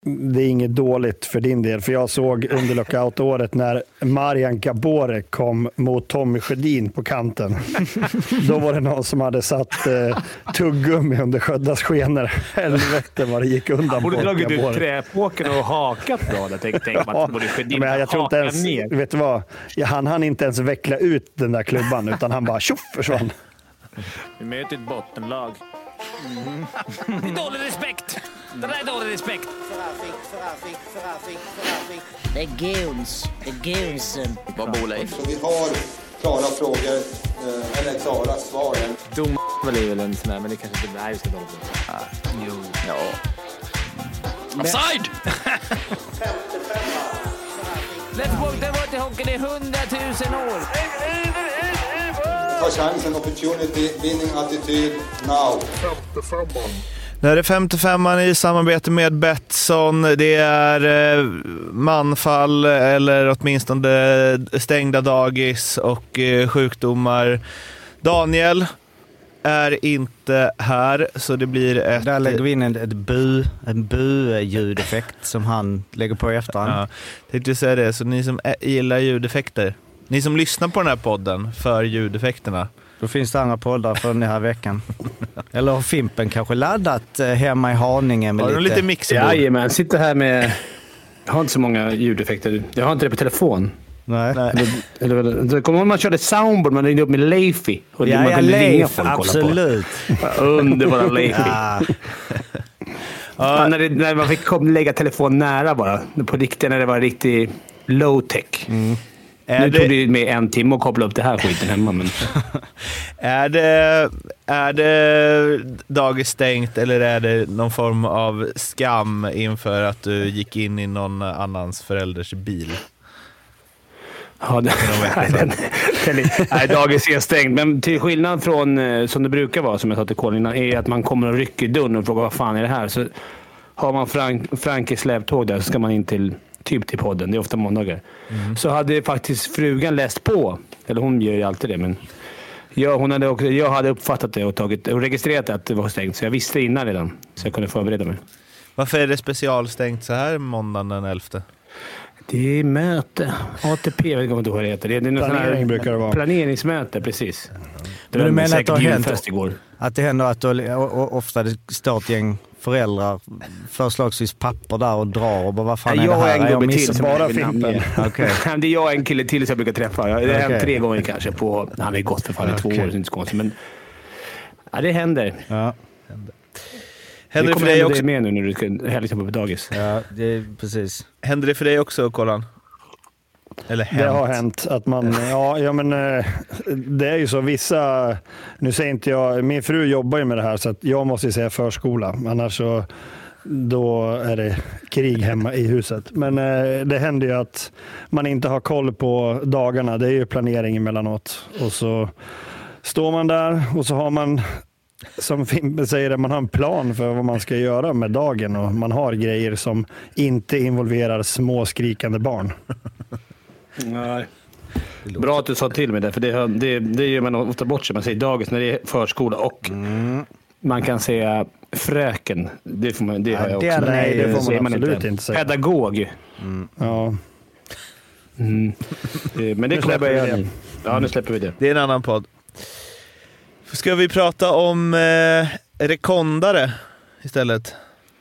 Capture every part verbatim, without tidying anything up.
det är inget dåligt för din del. För jag såg under lockout-året när Marian Gabore kom mot Tommy Sjödin på kanten. Då var det någon som hade satt eh, tuggummi under Sköddas skenor. Helvete vad det gick undan. Han borde dragit ut träpåken och hakat bra. Jag tänkte tänk, ja, att borde Sjödin men jag tror inte ens, ner. Vet du vad? Ja, han hann inte ens veckla ut den där klubban utan han bara tjoff försvann. Vi möter ett bottenlag. Mm. Det är dålig respekt. Det där är dålig respekt. Det är guns. Det är gunsen. Vad bor Leif? Så vi har klara frågor, eller klara svar. Dom är väl en sån här, men det kanske inte är så dåligt. Ah, jo. Ja. Offside! Let's walk the water hockey i hundratusen år. Ta chansen, opportunity, winning attityd, now. Det här är femtiofemman i samarbete med Betsson. Det är eh, manfall eller åtminstone stängda dagis och eh, sjukdomar. Daniel är inte här så det blir ett... Där lägger vi in en, ett bu, en bu-ljudeffekt som han lägger på i efterhand. Ja, tänkte säga det. Så ni som gillar ljudeffekter, ni som lyssnar på den här podden för ljudeffekterna, då finns det andra poddar för den här veckan. Eller har Fimpen kanske laddat hemma i Haninge med har lite... lite mixerbord? Jajamän, sitter här med... Jag har inte så många ljudeffekter. Jag har inte det på telefon. Nej. Eller, eller, kommer man körde soundboard, man ringde upp med Leify. Och ja, man ja, kunde ringa Leif, folk absolut. Underbara Leify. Ja. Ja, när, det, när man fick kom, lägga telefon nära bara. På riktigt, när det var riktigt low-tech. Mm. Är nu det... tog det med en timme att koppla upp det här skiten hemma. Men... är, det, är det dagis stängt eller är det någon form av skam inför att du gick in i någon annans förälders bil? Ja, det, nej, den, den, nej, dagis är stängt. Men till skillnad från som det brukar vara, som jag sa till Colin, är att man kommer och rycker i dörren och frågar vad fan är det här. Så har man Frank, Frank i släptåg där så ska man in till typ till podden. Det är ofta måndagar. Mm. Så hade faktiskt frugan läst på. Eller hon gör ju alltid det, men jag, hon hade också, jag hade uppfattat det och, tagit, och registrerat att det var stängt. Så jag visste innan redan. Så jag kunde förbereda mig. Varför är det specialstängt så här måndagen den elfte? Det är möte. A T P, jag vet inte vad det heter. Det är någon planering brukar det vara. Planeringsmöte, precis. Det men du menar att det har hänt igår. Att det händer att du, ofta det står ett gäng föräldrar, förslagsvis papper där och drar och bara vad fan är jag det här? En jag missar bara Fimpen. Okay. Det är jag en kille till som jag brukar träffa. Det har okay. hänt tre gånger kanske. På, han är gott för fan i okay. två år, det är inte så konstigt. Men ja, det händer. Ja. Händer. Händer det för dig också? Med nu när du ska hälsa på dagis. Ja, det är precis. Händer det för dig också, Colin? Eller hänt? Det har hänt att man, ja, ja men det är ju så vissa, nu säger inte jag, min fru jobbar ju med det här så att jag måste ju säga förskola, annars så då är det krig hemma i huset. Men det händer ju att man inte har koll på dagarna, det är ju planering emellanåt och så står man där och så har man, som Fimpen säger, man har en plan för vad man ska göra med dagen och man har grejer som inte involverar små skrikande barn. Nej. Bra att du sa till mig det, för det, det, det gör man ofta bort sig. Man säger dagis när det är förskola och mm. man kan säga fröken. Det får man, det har jag också. Det, nej, det får man, man absolut inte. inte säga. Pedagog. Mm. Ja. Mm. Men det släpper vi det. Ja, nu släpper vi det. Det är en annan podd. Ska vi prata om eh, rekondare istället?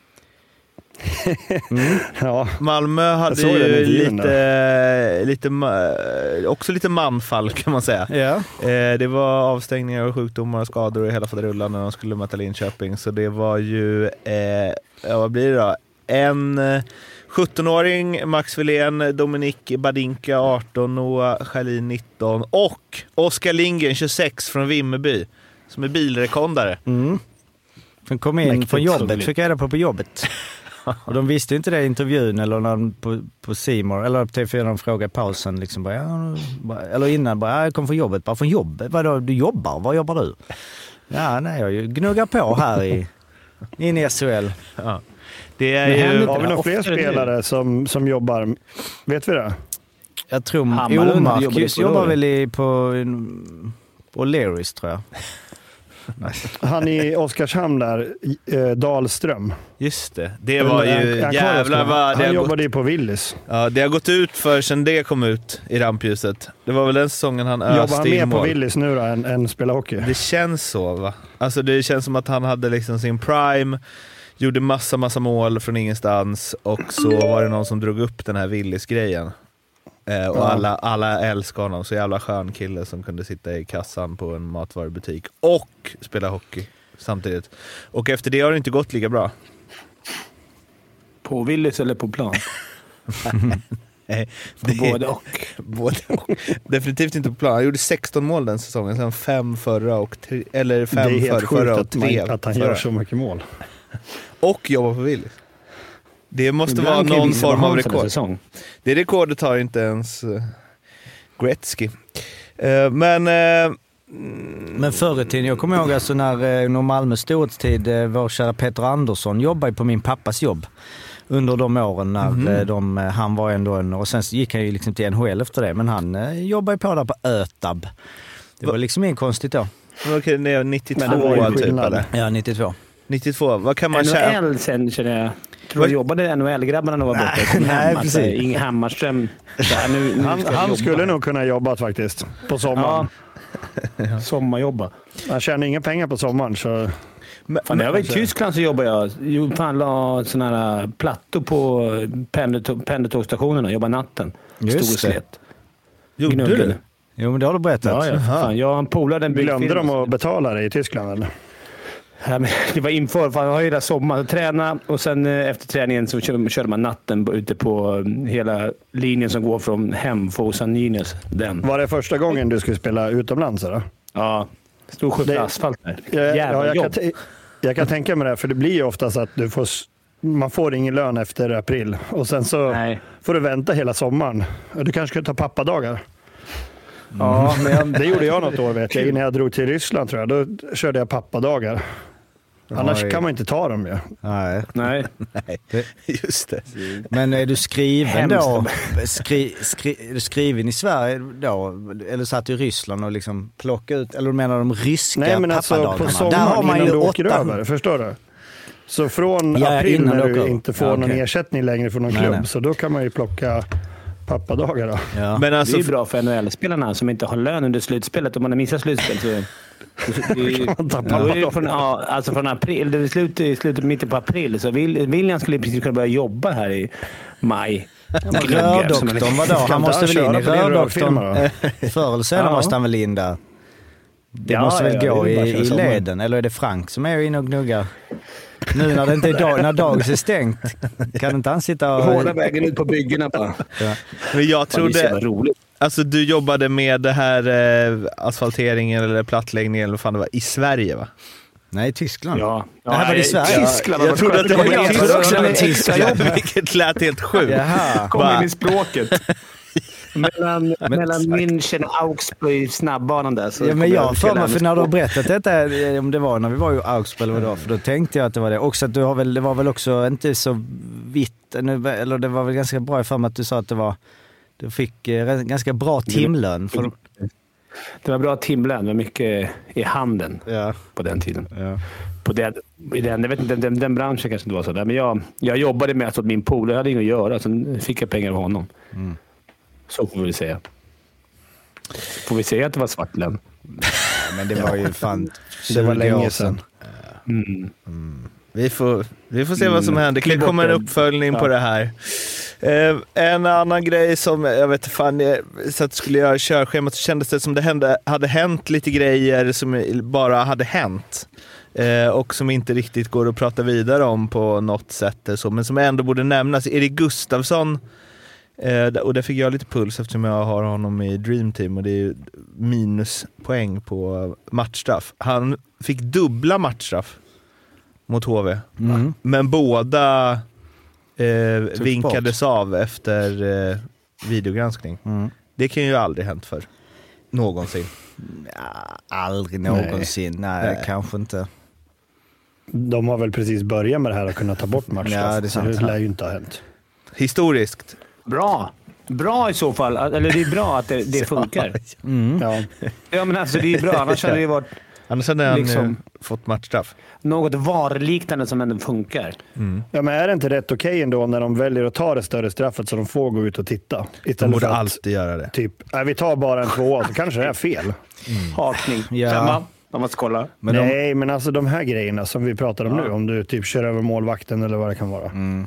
Mm. Ja. Malmö hade ju lite, lite, också lite manfall kan man säga. Ja. Eh, det var avstängningar och sjukdomar och skador och hela faderullan när de skulle möta Linköping. Så det var ju, eh, ja, vad blir det då? En sjuttonåring, Max Wilén, Dominik Badinka arton, Noah Schalin nitton och Oskar Lindgren tjugosex från Vimmerby som är bilrekondare. Mm. De kom in Mäktigt från jobbet, fick jag reda på på jobbet. Och de visste inte det i intervjun eller någon på, på C More eller T V fyra när de frågade pausen liksom bara, ja, bara, eller innan bara, jag kom från jobbet, bara från jobbet, vadå, du jobbar, vad jobbar du? Ja, nej, jag gnuggar på här i in i S H L. Ja. Det är ju, har vi några fler spelare som, som jobbar, vet vi det? Jag tror Marcus jobbar, jobbar väl i, på på Leris tror jag. Han i Oskarshamn där, eh, Dahlström. Just det. Det var ju han, jävlar vad... Han jobbade ju på Willys. Ja, det har gått ut för sen det kom ut i rampljuset. Det var väl den säsongen han öste in mål. Jobbar han mer på Willys nu då än, än spela hockey? Det känns så, va? Alltså det känns som att han hade liksom sin prime, gjorde massa, massa mål från ingenstans och så var det någon som drog upp den här Willys-grejen. Eh, och ja. alla, alla älskar honom. Så jävla skön kille som kunde sitta i kassan på en matvarubutik och spela hockey samtidigt. Och efter det har det inte gått lika bra. På Willys eller på plan? Nej, det, både och. både och. Definitivt inte på plan. Han gjorde sexton mål den säsongen, sen fem förra och tre, eller fem det är helt för, förra och att, tre man, att han förra. gör så mycket mål. Och jobbar på Willys. Det måste vara någon form av rekord. Det rekordet har inte ens uh, Gretzky. Uh, men... Uh, Men förr i tiden, jag kommer ihåg alltså när uh, Malmös storhetstid, uh, vår kära Peter Andersson jobbade på min pappas jobb. Under de åren när mm. de, han var ändå en... Och sen gick han ju liksom till N H L efter det. Men han uh, jobbade på där på Ötab. Det var liksom inget konstigt då. Okej, okay, det är nittiotvå typ eller? Ja, nittiotvå. nittiotvå, vad kan man N H L sen känner jag. Tror du jobbade N H L-grabbarna när de var borta? Nej, precis. Inge Hammarström. Där, nu, nu han han skulle nog kunna jobba faktiskt på sommaren. Ja. Sommarjobba. Han tjänar inga pengar på sommaren så... Men, fan, när jag var i Tyskland så jobbade jag. Jag fan la såna här plattor på pendeltågstationerna. Jobbade natten. Stor slet. Gjorde du? Jo, men det har du berättat. Ja, ja. Fan, jag har en polare den glömde de att betala det i Tyskland eller? Ja, men det var inför, för jag har ju där sommar att träna och sen efter träningen så körde, körde man natten ute på hela linjen som går från Hemfosan Nynäs. Den. Var det första gången du skulle spela utomlands eller? Ja, stor skjuts asfalt där. Ja, ja, jag, kan t- jag kan tänka mig det, för det blir ju oftast att du får, man får ingen lön efter april och sen så Nej. får du vänta hela sommaren. Du kanske ska ta pappadagar. Mm. Ja, men det gjorde jag något år vet jag. Innan jag drog till Ryssland tror jag. Då körde jag pappadagar. Annars Oj. kan man inte ta dem ju. Nej. Nej. Nej. Just det. Men är du skriven Hemskt. då? Skri, skri, är du skriven i Sverige då? Eller satt i Ryssland och liksom plocka ut? Eller menar de ryska Nej, men pappadagarna? Alltså på sommaren har man innan ju du åker åtta... över. Förstår du? Så från ja, april när du inte får ja, okay. någon ersättning längre från någon nej, klubb. Nej. Så då kan man ju plocka pappadagar då. Ja. Men alltså, det är ju bra för N H L-spelarna som inte har lön under slutspelet. Om man har missat slutspel så... Det är, ja, från, ja, alltså från april, det är slut, i slutet mitten på april så William skulle precis kunna börja jobba här i maj. Rördoktorn, vadå? Han måste väl in i rördoktorn. Förr eller senare ja. måste han väl in där. Det ja, måste väl ja, gå i, i leden. Eller är det Frank som är inne och gnuggar? Nu när det inte är dag, när dagis är stängt kan inte han sitta och... Hålla vägen ut på byggena bara. Ja. Men jag trodde... Alltså du jobbade med det här eh, asfalteringen eller plattläggningen eller vad fan det var i Sverige va? Nej, i Tyskland. Ja. ja det här var i Sverige. Tyskland. Jag, jag trodde att det var i Tyskland. Tyskland. Vilket lät helt sjukt. Jaha. Kom in i språket. mellan, mellan München och Augsburg snabbbanan där. Så ja, men jag för mig, för när du har berättat detta, om det var när vi var i Augsburg eller vad, för då tänkte jag att det var det. Också att du har väl, det var väl också inte så vitt, eller det var väl ganska bra för mig att du sa att det var, du fick eh, ganska bra timlön. För... Det var bra timlön, det var mycket i handen ja. på den tiden. Ja. På den, i den, jag vet inte, den, den branschen kanske inte var så där, men jag, jag jobbade med att min polare hade inget att göra, sen fick jag pengar av honom. Mm. Så får vi säga. Får vi säga att det var svart lön? Men det var ju fan det var länge sedan. Mm. Mm. Vi, får, vi får se mm. vad som händer. Det kan komma en uppföljning ja. på det här. Eh, en annan grej som jag vet fan jag, så att skulle jag körschemat så kändes det som det hände, hade hänt lite grejer som bara hade hänt. Eh, och som inte riktigt går att prata vidare om på något sätt. Så, men som ändå borde nämnas. Erik Gustafsson. Eh, och där fick jag lite puls eftersom jag har honom i Dream Team och det är ju minuspoäng på matchstraff. Han fick dubbla matchstraff mot H V. Mm. Men båda eh, vinkades av efter eh, videogranskning. Mm. Det kan ju aldrig hänt för någonsin. Ja, aldrig någonsin. Nej, Nej, Nej, kanske inte. De har väl precis börjat med det här att kunna ta bort matchstraff. Ja, det, så det lär ju inte ha hänt. Historiskt. Bra. Bra i så fall. Eller det är bra att det, det funkar. Mm. Ja. ja, men alltså det är bra. Annars hade det varit Annars hade han liksom, eh, fått matchstraff. Något varliknande som ändå funkar. Mm. Ja, men är det inte rätt okej ändå när de väljer att ta det större straffet så de får gå ut och titta? De borde alltid göra det. Typ, nej, vi tar bara en tvåa så kanske det är fel. Mm. Hakning. Ja. Femma. Man måste kolla. Men nej, de... men alltså de här grejerna som vi pratar om ja. nu, om du typ kör över målvakten eller vad det kan vara. Mm.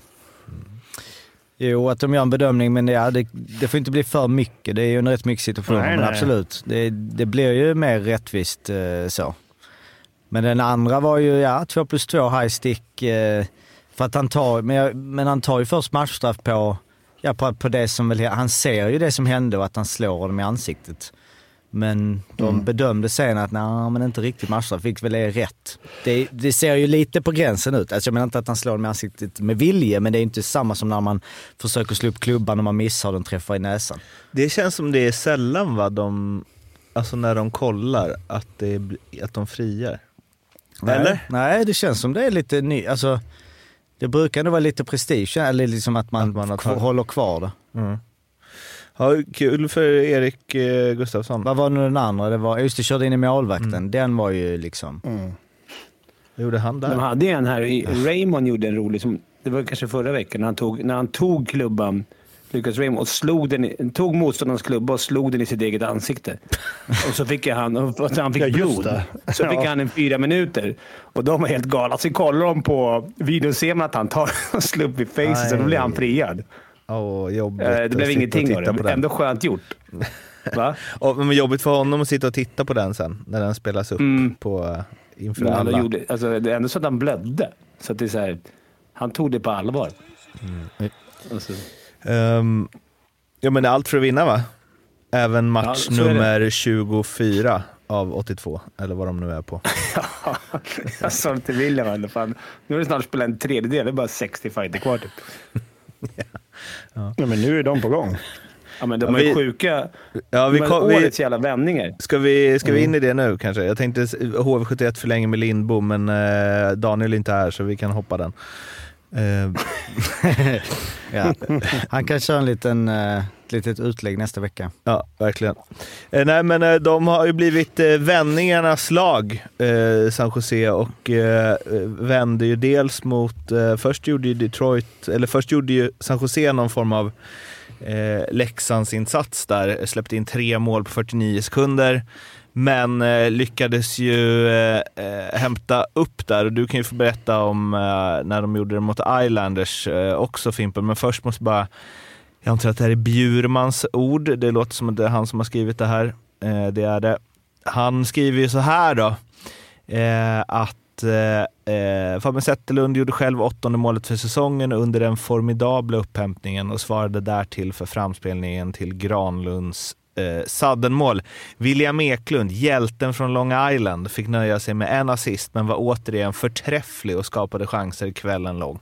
Jo, att de gör en bedömning, men det, ja, det, det får inte bli för mycket. Det är ju en rätt mycket situation, nej, men nej. absolut. Det, det blir ju mer rättvist eh, så. Men den andra var ju, ja, två plus två high stick. Eh, för att han tar, men, jag, men han tar ju först matchstraff på, ja, på, på det som väl, han ser ju det som hände och att han slår dem i ansiktet. Men de mm. bedömde sen att nej, men inte riktigt matchstraff, vilket väl är rätt. Det, det ser ju lite på gränsen ut. Alltså jag menar inte att han slår dem i ansiktet med vilje, men det är inte samma som när man försöker slå upp klubban och man missar och den träffar i näsan. Det känns som det är sällan, va, de, alltså när de kollar att, det är, att de friar. Eller? Nej, nej, det känns som det är lite ny. Alltså, det brukar nog vara lite prestige, eller liksom att man, att man kvar, håller kvar det. Mm. Ja, kul för Erik eh, Gustafsson. Vad var nu den andra? Det var, just det, körde in i målvakten. Mm. Den var ju liksom... Mm. Vad gjorde han där? De hade en här, Raymond gjorde en rolig, som, det var kanske förra veckan, när han tog, när han tog klubban, Lucas Raymond, och slog den, tog motståndarens klubba och slog den i sitt eget ansikte. Och så fick han, och så han fick ja, blod. Så fick ja. han en fyra minuter. Och de var helt galna. Så kollar de på videon, ser man att han tar och slår upp i facet, så då blir han friad. Oh, jobbigt. Det blev ingenting av det, men ändå skönt gjort. Va? Och, men jobbigt för honom att sitta och titta på den sen, när den spelas upp mm. på, inför men alla. Gjorde, alltså, det är ändå så att han blödde. Så att det är så här, han tog det på allvar. Mm. Alltså. Um, ja, men allt för att vinna, va? Även match ja, nummer tjugofyra av åttiotvå, eller vad de nu är på. Ja, jag sa till William, fan. Nu är det snart spelat en tredjedel, det är bara sextio fighter kvar typ. Ja. Ja. Ja, men nu är de på gång. Ja, men de ja, är vi, sjuka. Ja, vi kom, årets jävla vändningar. Ska vi, ska mm. vi in i det nu kanske? Jag tänkte H V sjuttioett förlänger med Lindbom, men eh, Daniel är inte här så vi kan hoppa den. Uh. Ja. Han kan köra en liten uh, litet utlägg nästa vecka. Ja, verkligen. Uh, nej, men uh, de har ju blivit uh, vändningarnas lag, uh, San Jose, och uh, vände ju dels mot uh, först gjorde ju Detroit, eller först gjorde ju San Jose någon form av uh, Leksands insats där, släppte in tre mål på fyrtionio sekunder. Men eh, lyckades ju eh, hämta upp där, och du kan ju få berätta om eh, när de gjorde det mot Islanders eh, också, Fimpen. Men först måste bara, jag antar att det här är Bjurmans ord, det låter som att det är han som har skrivit det här, eh, det är det. Han skriver ju så här då, eh, att eh, Fabian Zetterlund gjorde själv åttonde målet för säsongen under den formidabla upphämtningen och svarade därtill för framspelningen till Granlunds Eh, saddenmål. William Eklund, hjälten från Long Island, fick nöja sig med en assist, men var återigen förträfflig och skapade chanser kvällen lång.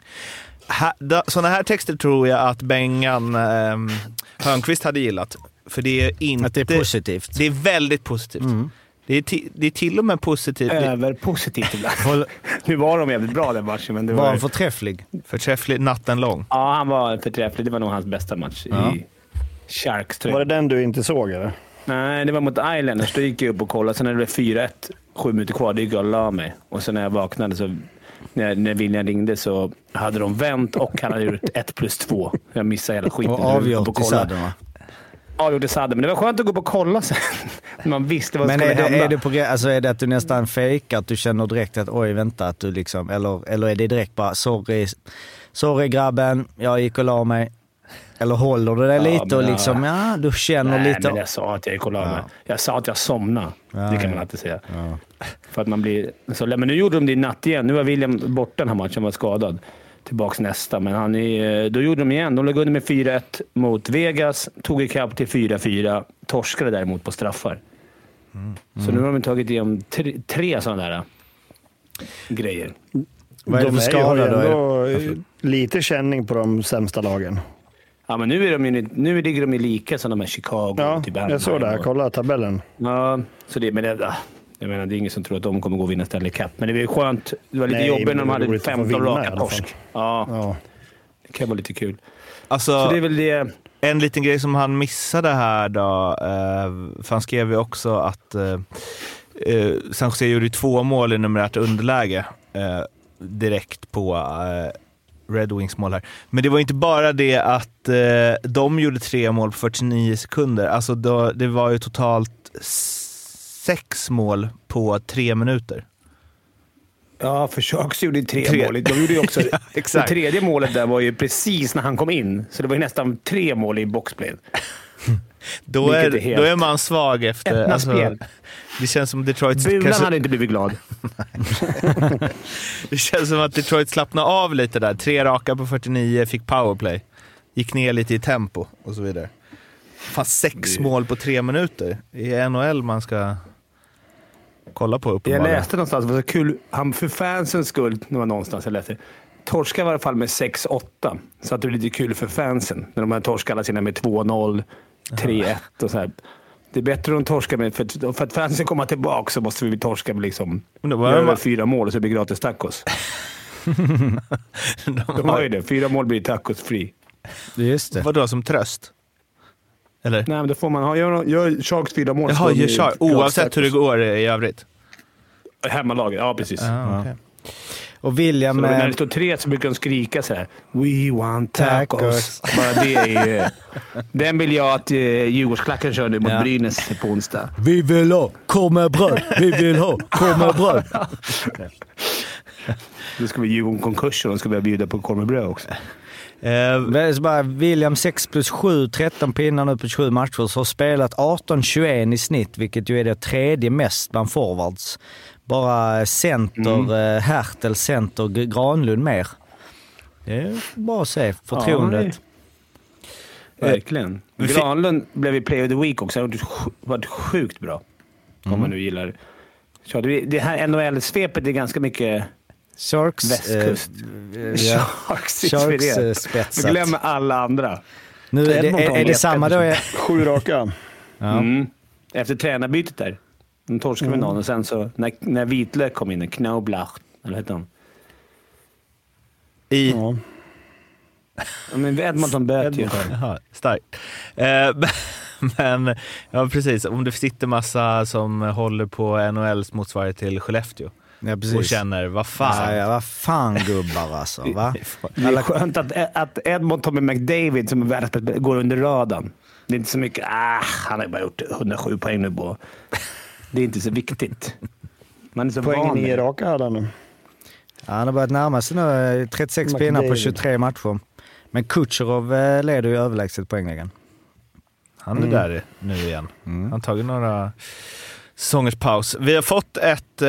Sådana här texter tror jag att Bengan eh, Hörnqvist hade gillat, för det är inte... Att det är positivt. Det är väldigt positivt. Mm. Det är, t- det är till och med positivt. Över positivt ibland. Nu var de jävligt bra den matchen. Men det var var han förträfflig? Förträfflig natten lång. Ja, han var förträfflig. Det var nog hans bästa match ja. i Sharks. Var det den du inte såg, eller? Nej, det var mot Islanders. Då gick jag upp och kollade. Sen när det blev fyra ett, sju minuter kvar, då gick jag och la mig. Och sen när jag vaknade, så när, när William ringde, så hade de vänt och han hade gjort ett plus två. Jag missade hela skiten. Och avgjort i sadden, va? Avgjort i sadden, men det var skönt att gå upp och kolla sen. Man visste vad som skulle hända. Men är det på, alltså är det att du nästan fejkar, att du känner direkt att oj, vänta, att du liksom, eller, eller är det direkt bara sorry, sorry grabben, jag gick och la mig. Eller håller du det ja, lite och liksom, ja, du känner nej, lite... Nej, men jag sa att jag gick och la mig. Ja. Jag sa att jag somnade. Ja, det kan man alltid säga. Ja. För att man blir... Så, men nu gjorde de det i natt igen. Nu var William borta den här matchen, han var skadad. Tillbaks nästa. Men han är, då gjorde de igen. De låg under med fyra ett mot Vegas. Tog ikapp till fyra fyra. Torskade däremot på straffar. Mm. Mm. Så nu har de tagit igenom tre, tre sådana där grejer. Vad är det för skada då? Lite känning på de sämsta lagen. Ja, men nu är de ju, nu ligger de ju lika som de här Chicago. Ja, typ jag såg det här. Kolla tabellen. Ja, så det, men det, jag menar, det är ingen som tror att de kommer gå och vinna Stanley Cup. Men det var skönt. Det var lite jobbigt när de hade femton raka torsk. Ja, ja, det kan vara lite kul. Alltså, så det är väl det. En liten grej som han missade här då, eh, för han skrev ju också att eh, eh, San Jose gjorde två mål i numerärt underläge eh, direkt på eh, Red Wings mål här. Men det var inte bara det att eh, de gjorde tre mål på fyrtionio sekunder. Alltså då, det var ju totalt sex mål på tre minuter. Ja, för Sharks gjorde tre, tre. mål. De gjorde ju också, ja, exakt. Det tredje målet där var ju precis när han kom in. Så det var ju nästan tre mål i boxplay. Då är, är då är man svag efter... Alltså, spel. Det känns som Detroit... Bulan kanske... hade inte blivit glad. Det känns som att Detroit slappnade av lite där. Tre raka på fyrtionio, fick powerplay. Gick ner lite i tempo och så vidare. Fast sex det... mål på tre minuter. I N H L man ska... kolla på uppenbarligen. Jag läste någonstans, det var så kul, han för fansens skull, det var någonstans jag läste, torskar i alla fall med sex åtta, så att det blir lite kul för fansen, när de här torskar alla sina med två noll, tre ett och så här. Det är bättre att de torskar med, för, för att fansen kommer tillbaka så måste vi torska med liksom, över man... fyra mål och så blir det gratis tacos. de, de har ju det, fyra mål blir tacos fri. Just det. Vadå, som tröst? Eller? Nej, men då får man ha, gör, gör Sharks fyra mål. Jaha, gör Sharks, oavsett hur det går i övrigt. Hemmalaget, ja precis. Ah, okay. Och William... Så när det står tre så brukar de skrika så här: We want tacos. tacos. Bara det är ju... Den vill jag att uh, Djurgårdsklacken kör nu mot ja. Brynäs på onsdag. Vi vill ha, kom med bröd. Vi vill ha, kom med bröd. Då ska vi Djurgården konkurs och de ska börja bjuda på korv med bröd också. Uh, bara William sex plus sju, tretton pinnar nu på tjugosju matcher, så har spelat arton tjugoett i snitt, vilket ju är det tredje mest bland forwards. Bara center, mm. uh, Hertel, center, Granlund mer. Det är bara att se förtroendet. Ja, verkligen. Granlund blev i Play of the Week också. Det har varit sjukt bra. Mm. Om man nu gillar så det. Det här N H L-svepet är ganska mycket... Sharks, västkust. Uh, ja. Sharks, Sharks uh, spetsat. Vi glömmer alla andra. Nu är det, är, är det samma då? Är... Sju raka. Ja. Mm. Efter tränarbytet där. De torskade med mm. någon och sen så när, när Vitlök kom in, Knoblach, eller heter han? I... Ja. Ja, men Edmonton böt ju. Jaha, starkt. Eh, men, ja precis. Om det sitter massa som håller på N H L:s motsvarighet till Skellefteå. Ja, precis. Och känner, vad fan. Ja, ja, vad fan gubbar alltså. Va? Det är skönt att, att Edmonton med McDavid som är världsbäst går under radarn. Det är inte så mycket, ah, han har bara gjort hundrasju poäng nu på. Det är inte så viktigt. Man är så poängen i raka hade han nu. Ja, han har börjat närma sig nu, trettiosex pinnar på tjugotre matcher. Men Kucherov leder ju överlägset poänglägen. Han är mm. där nu igen. Mm. Han har tagit några säsongers paus. Vi har fått ett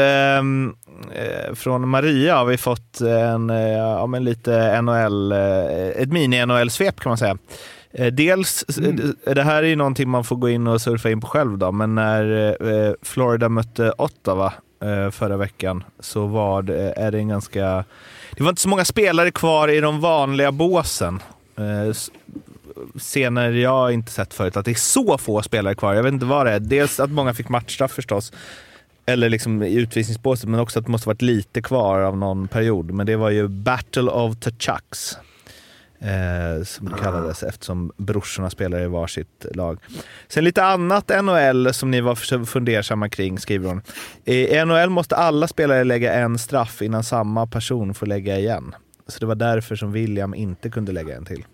eh, från Maria har vi fått en, ja, men lite N H L, ett mini-N H L-svep kan man säga. Dels, mm. det här är ju någonting man får gå in och surfa in på själv då, men när eh, Florida mötte Ottawa eh, förra veckan så var det, är det en ganska... Det var inte så många spelare kvar i de vanliga båsen. Eh, scener jag inte sett förut, att det är så få spelare kvar. Jag vet inte vad det är. Dels att många fick matchstraff förstås, eller liksom i utvisningsbåset, men också att det måste varit lite kvar av någon period. Men det var ju Battle of the Chucks. Eh, som det kallades eftersom brorsorna spelar i varsitt lag. Sen lite annat N H L som ni var fundersamma kring, skriver hon. I N H L måste alla spelare lägga en straff innan samma person får lägga igen. Så det var därför som William inte kunde lägga en till.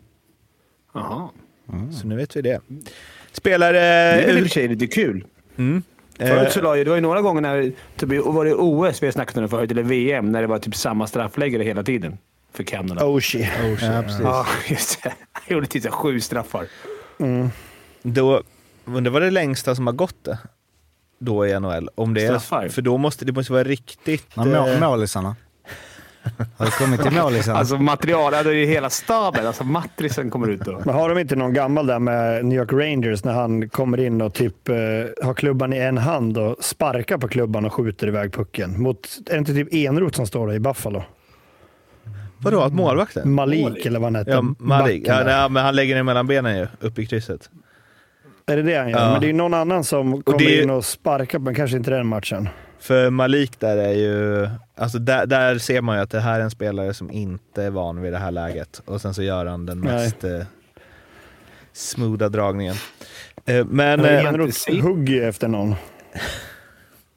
Jaha. Mm. Så nu vet vi det. Spelare... Det är väl i och för sig lite kul. Mm. Förut så la ju, det var ju några gånger när typ, var det O S vi snackade om förut, eller V M, när det var typ samma straffläggare hela tiden. För Kanada. Oshie. Oshie. Ja, precis. Ja, just det. Jag gjorde typ sju straffar. Mm. Då, det var det längsta som har gått det. Då i N H L. Om det är, för då måste det måste vara riktigt... Ja, må, målisarna. Har det kommit till målisarna? Alltså materialet, det är ju hela staben. Alltså matrisen kommer ut då. Men har de inte någon gammal där med New York Rangers när han kommer in och typ eh, har klubban i en hand och sparkar på klubban och skjuter iväg pucken? Mot, är det inte typ Enroth som står där i Buffalo? Vadå, att målvakten? Malik, Malik eller vad han heter. Ja, Malik. Ja, nej, men han lägger den mellan benen ju, upp i krysset. Är det det han gör? Ja. Men det är ju någon annan som kommer det... in och sparkar, men kanske inte den matchen. För Malik där är ju... Alltså där, där ser man ju att det här är en spelare som inte är van vid det här läget. Och sen så gör han den mest eh, smootha dragningen. Eh, men... Eh, Enroth hugger efter någon.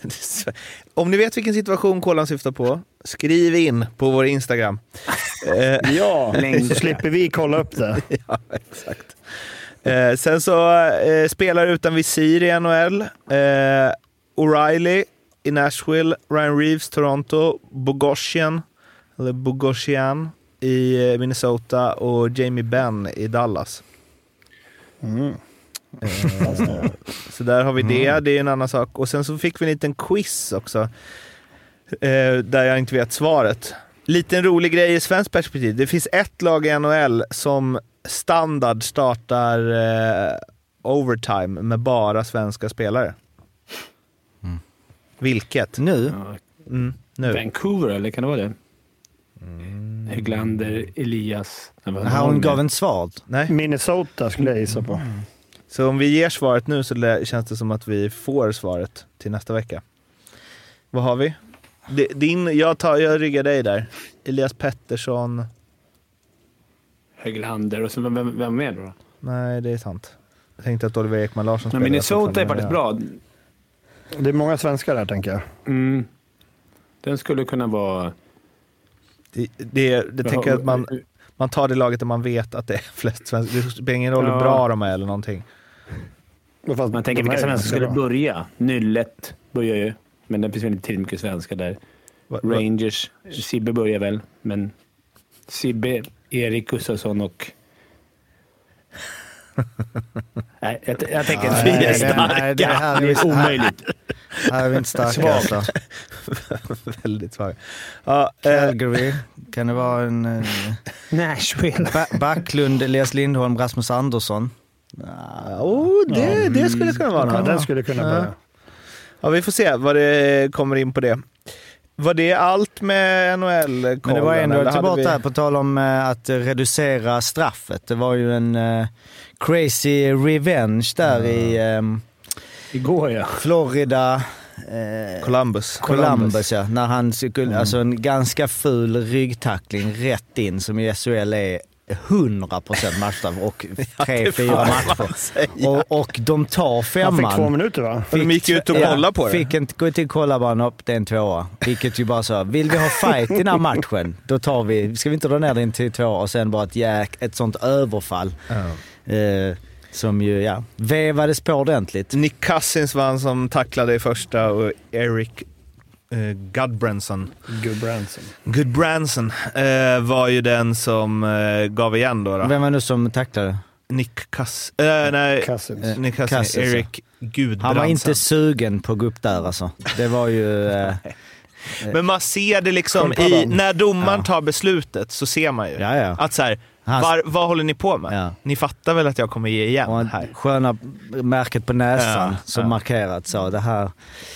Om ni vet vilken situation Kolan syftar på, skriv in på vår Instagram. Ja, så slipper vi kolla upp det. Ja, exakt. Eh, sen så eh, spelar utan visir i N H L. Eh, O'Reilly i Nashville, Ryan Reeves, Toronto, Bogosian, eller Bogosian i Minnesota och Jamie Benn i Dallas. Mm. Eh, så där har vi det, mm. det är en annan sak. Och sen så fick vi en liten quiz också, eh, där jag inte vet svaret. Liten rolig grej i svensk perspektiv. Det finns ett lag i N H L som standard startar eh, overtime med bara svenska spelare. Mm. Vilket? Nu? Mm, nu. Vancouver, eller kan det vara det? Mm. Höglander, Elias. Har hon gav en svar? Nej. Minnesota skulle jag gissa på. Mm. Så om vi ger svaret nu så känns det som att vi får svaret till nästa vecka. Vad har vi? Din, jag, tar, jag ryggar dig där. Elias Pettersson. Höglander och så vem, vem är det då? Nej, det är sant. Jag tänkte att Oliver Ekman Larsson spelar. Men Minnesota är faktiskt bra. Det är många svenskar där, tänker jag. Mm. Den skulle kunna vara... Det, det, det tänker jag att man, man tar det laget där man vet att det är flest svenskar. Det spelar ingen roll hur bra de är eller någonting. Fast man tänker vilka svenskar skulle börja. Nyllet börjar ju. Men det finns väl inte till mycket svenskar där. Va, va? Rangers, Sibbe börjar väl. Men Sibbe, Erik Gustafsson och... nej, jag, jag tänker att vi är starka. Det, här är, det är omöjligt. Här är vi inte starka. Alltså. Väldigt svag. Ja, Calgary. Kan det vara en... en Nashville. Ba- Backlund, Elias Lindholm, Rasmus Andersson. Ja, oh, det, ja, det skulle kunna vara. Ja, den skulle kunna vara. Ja. Ja, vi får se vad det kommer in på det. Var det allt med N H L? Men det var ändå tillbaka vi... här på tal om uh, att reducera straffet. Det var ju en uh, crazy revenge där mm. i um, igår, ja. Florida. Uh, Columbus. Columbus, ja. När han skulle, mm. alltså en ganska ful ryggtackling rätt in som i S H L är hundra procent matchstraff och tre, fyra matcher. Och, och de tar femman. Han fick två minuter, va? Fick, de gick ut och kolla ja, på det. Fick inte gå till och kolla bara upp, det är en tvåa. Vilket ju bara så, vill vi ha fight i den här matchen, då tar vi, ska vi inte dra ner den till tvåa och sen bara ett jäk, ett sånt överfall. Uh. Eh, som ju, ja, vevades på ordentligt. Nick Cousins var han som tacklade i första och Eric Uh, Goodbranson Goodbranson Goodbranson uh, var ju den som uh, gav igen då, då. Vem var nu som tacklade? Nick Cousins uh, nej, Cousins. Nick Cousins, Cousins Eric Goodbranson. Han var inte sugen på att gå upp där alltså. Det var ju uh, men man ser det liksom i, när domaren ja. tar beslutet så ser man ju ja, ja. att så här, var, vad håller ni på med? Ja. Ni fattar väl att jag kommer ge igen och här. Sköna märket på näsan ja, som ja. markerat så det här.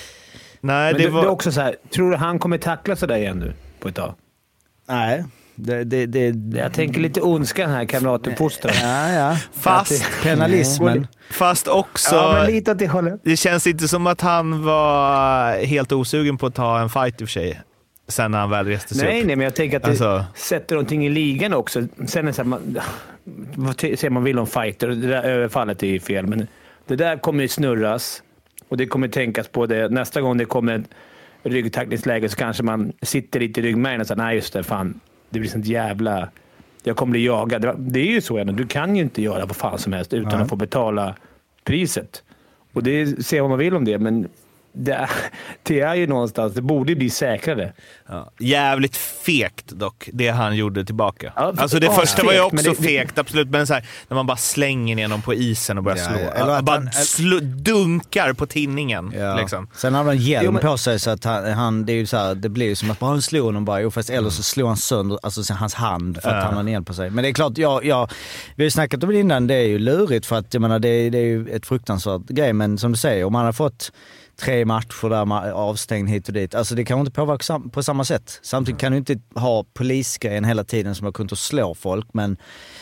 Nej, det, det, var... det är också så här, tror du han kommer tackla så där igen nu på ett tag? Nej. Det, det, det, jag tänker lite ondskan här, kamratuppfostran. Ja, ja. Fast penalismen. Fast också... Ja, men lite att det håller. Det känns inte som att han var helt osugen på att ta en fight i och för sig. Sen när han väl reste sig nej, upp. Nej, men jag tänker att det alltså... sätter någonting i ligan också. Sen är det så här, man, vad säger man vill om fighter. Det där överfallet är ju fel, men det där kommer ju snurras. Och det kommer tänkas på det. Nästa gång det kommer ett ryggtackningsläge så kanske man sitter lite i ryggmärgen och säger nej just det, fan. Det blir sånt jävla... Jag kommer bli jagad. Det är ju så ändå. Du kan ju inte göra vad fan som helst utan mm. att få betala priset. Och det ser vad man vill om det, men det är, det är ju någonstans, det borde bli säkrare. Ja. Jävligt fegt dock, det han gjorde tillbaka. Ja, alltså det ja, första fekt, var ju också det, fegt, det, absolut. Men så här, när man bara slänger ner någon på isen och börjar ja, slå. Ja. Eller att bara han, slå, dunkar på tinningen. Ja. Liksom. Sen har han hjälm jo, men, på sig så att han, han, det är ju så här, det blir ju som att man slår honom bara, jo, fast, eller så slår han sönder alltså, hans hand för att ja. han har en hjälm på sig. Men det är klart, ja, ja, vi har ju snackat om det innan, det är ju lurigt för att jag menar, det, det är ju ett fruktansvärt grej, men som du säger, om man har fått tre matcher där avstängd hit och dit. Alltså det kan inte påverka på samma sätt. Samtidigt kan du inte ha polisgrejen hela tiden som har kunnat slå folk, men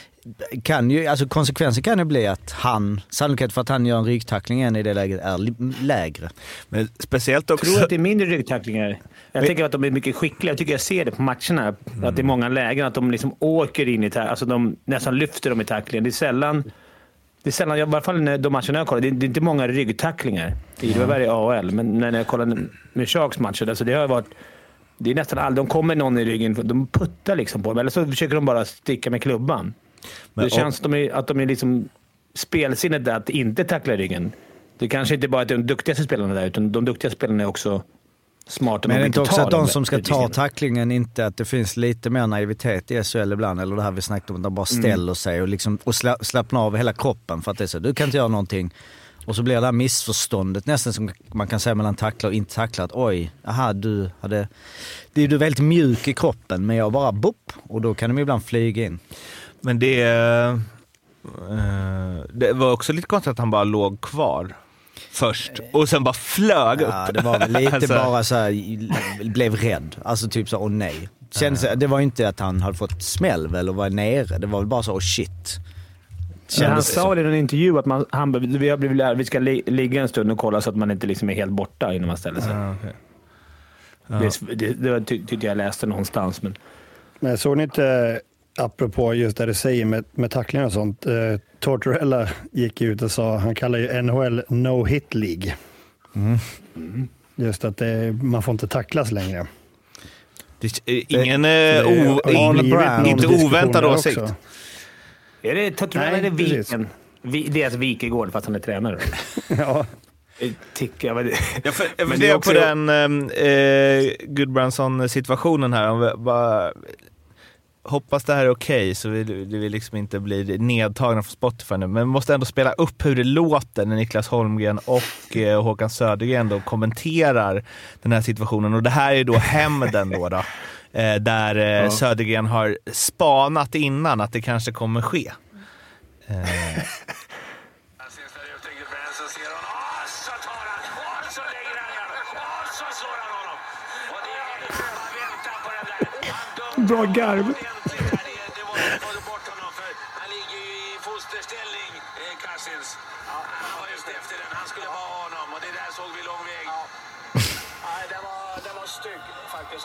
kan ju, alltså konsekvensen kan ju bli att han, sannolikheten för att han gör en ryggtackling igen i det läget är lägre. Men speciellt också... Jag tror att det är mindre ryggtacklingar. Jag tänker att de är mycket skickliga. Jag tycker jag ser det på matcherna. Mm. Att det är många lägen att de liksom åker in i tack, alltså de nästan lyfter dem i tacklingen. Det är sällan... Det är sällan, i alla fall när de matcherna jag kollar, det är, det är inte många ryggtacklingar. Det var värre i A H L, men när jag kollar med Sharks matcher, alltså det har varit, det är nästan aldrig, de kommer någon i ryggen, de puttar liksom på dem, eller så försöker de bara sticka med klubban. Men, det känns och, att de är, att de är liksom spelsinnet där att inte tackla ryggen. Det kanske inte bara är de duktigaste spelarna där, utan de duktiga spelarna är också smarta. Men det är inte också att de som ska ta tacklingen, inte att det finns lite mer naivitet i S H L ibland, eller det här vi snackade om, att de bara ställer mm. sig och, liksom, och sla, slappnar av hela kroppen för att det är så, du kan inte göra någonting. Och så blir det här missförståndet nästan som man kan säga mellan tacklar och inte tacklar, att oj, aha, du hade, det är du väldigt mjuk i kroppen, men jag bara bopp, och då kan de ibland flyga in. Men det, uh, det var också lite konstigt att han bara låg kvar först och sen bara flög upp. Ja, det var väl lite alltså. Bara så här, blev rädd. Alltså typ så, åh nej. Kändes, uh. Det var inte att han hade fått smäll eller var nere. Det var väl bara så, åh shit. Men han sa det i en intervju att man, han, vi har blivit lärda, vi ska li, ligga en stund och kolla så att man inte liksom är helt borta innan man ställer sig. Uh, okay. uh. Det, det, det tyckte jag läste någonstans. Men, men såg ni inte, apropå just det du säger med, med tacklingar och sånt, eh, Tortorella gick ut och sa, han kallar ju N H L No Hit League. Mm. Mm. Just att det, man får inte tacklas längre. Det är ingen det, uh, o, ingen, inte oväntad åsikt. Också. Är det Tortorella eller Viken? Vi, det är alltså Wikegård fast han är tränare. Ja. Tycker jag. Ja, för, men det, det är också på den eh, Goodbranson-situationen här. Om bara, hoppas det här är okej okay, så vi, det vill liksom inte bli nedtagna från Spotify nu. Men vi måste ändå spela upp hur det låter när Niklas Holmgren och eh, Håkan Södergren då kommenterar den här situationen. Och det här är då hämnden då, då eh, där eh, ja. Södergren har spanat innan att det kanske kommer ske. Eh. Bra garv. Han ligger i fosterställning, Cousins. Han var just efter den. Han skulle ha honom och det där såg vi lång väg. Nej, det var, det var stygg faktiskt.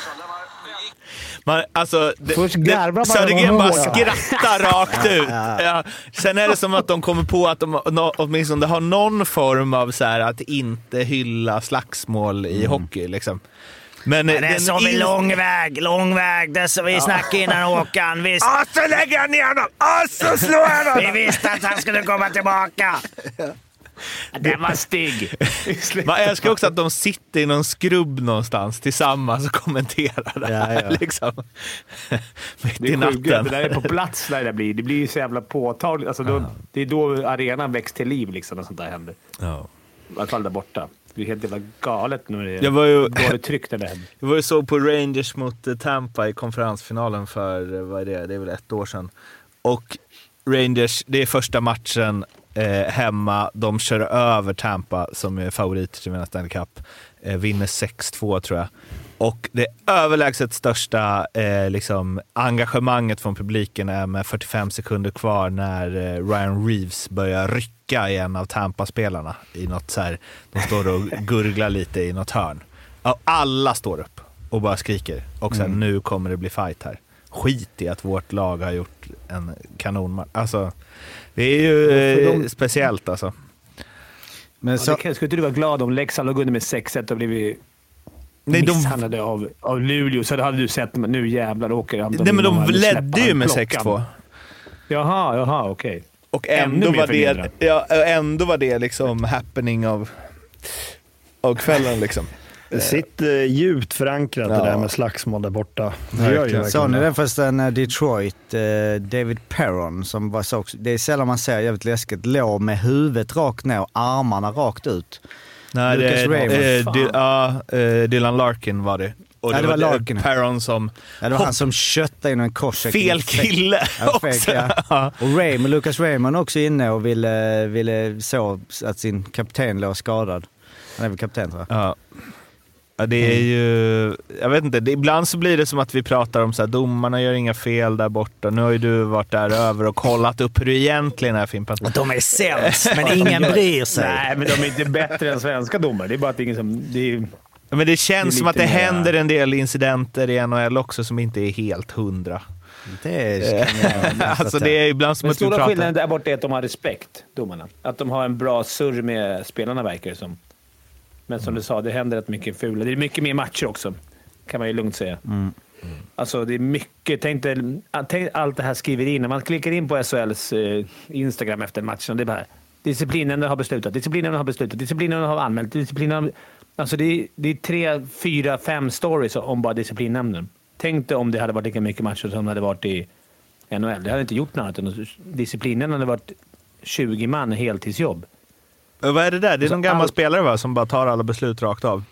Man, alltså, det, det, Södergren bara skrattar rakt ut. Ja. Sen är det som att de kommer på att de åtminstone har någon form av så här, att inte hylla slagsmål i mm. hockey liksom. Men, men det är så vi in... lång väg, lång väg, det som vi ja. snackade innan Håkan. Visst... Och så lägger han ner honom, och så slår han honom. Vi visste att han skulle komma tillbaka. Det var stig. Man älskar också att de sitter i någon skrubb någonstans tillsammans och kommenterar det här. Ja, ja. Liksom. Mitt i natten. Det där är på plats när det blir. Det blir ju så jävla påtagligt. Alltså då, ja. Det är då arenan väcks till liv liksom, och sånt där händer. Ja. I alla fall där borta. Det är helt jävla galet när det är jag var ju, dåligt tryck där det händer. Jag var ju så på Rangers mot Tampa i konferensfinalen för, vad är det? Det är väl ett år sedan. Och Rangers, det är första matchen eh, hemma. De kör över Tampa som är favoriter till vinna Stanley Cup. Eh, vinner sex två tror jag. Och det överlägset största eh, liksom, engagemanget från publiken är med fyrtiofem sekunder kvar när eh, Ryan Reeves börjar rycka i en av Tampa-spelarna i något så här, de står och gurglar lite i något hörn. Och alla står upp och bara skriker. Och sen mm. nu kommer det bli fight här. Skit i att vårt lag har gjort en kanonmatch. Alltså, det är ju eh, de... speciellt alltså. Men så... ja, skulle du vara glad om Leksand låg under med sex ett och blivit Nej, misshandlade de... av, av Luleå, så hade du sett nu jävlar åker de. Nej, men de ledde ju med sex två. Jaha, jaha, okej. Okay. Och ändå var, det, ja, ändå var det liksom happening av, av kvällen liksom. Det sitter djupt förankrat ja. Det där med slagsmål där borta. Så ni den förresten Detroit, eh, David Perron som var så också, det är sällan man ser jävligt läskigt, låg med huvudet rakt ner och armarna rakt ut. Nej, Lucas det, Raymond, eh, Dil, ja, eh, Dylan Larkin var det. Och ja, det, det var Larkin. Perron som... Ja, det var han som köttade in en korssäck. Fel kille ja, också. Ja. Och Raymond, Lucas Raymond också inne och ville, ville så att sin kapten låg skadad. Han är väl kapten, tror jag. Ja. Ja, det är ju... Jag vet inte, det, ibland så blir det som att vi pratar om så här, domarna gör inga fel där borta. Nu har ju du varit där över och kollat upp hur det egentligen är, Fimpan. De är sämst, men ingen bryr sig. Nej, men de är inte bättre än svenska domare. Det är bara att ingen som... Det är, men det känns det som att det mer... händer en del incidenter i N H L också som inte är helt hundra. Det är, alltså det är ibland som den att vi stora pratar. skillnaden där borta är att de har respekt, domarna. Att de har en bra surr med spelarna, verkar det som. Men som du sa, det händer rätt mycket fula. Det är mycket mer matcher också, kan man ju lugnt säga. Mm. Mm. Alltså det är mycket. Tänk, tänk allt det här skriver in. När man klickar in på S H L:s eh, Instagram efter matchen, det är bara disciplinen har beslutat, disciplinen har beslutat, disciplinen har anmält, disciplinen. Alltså det är, det är tre, fyra, fem stories om bara disciplinnämnden. Tänk dig om det hade varit lika mycket matcher som det hade varit i N H L. Det hade inte gjort något annat än disciplinen hade varit tjugo man heltidsjobb. Och vad är det där? Det är så någon gammal all... spelare va, som bara tar alla beslut rakt av.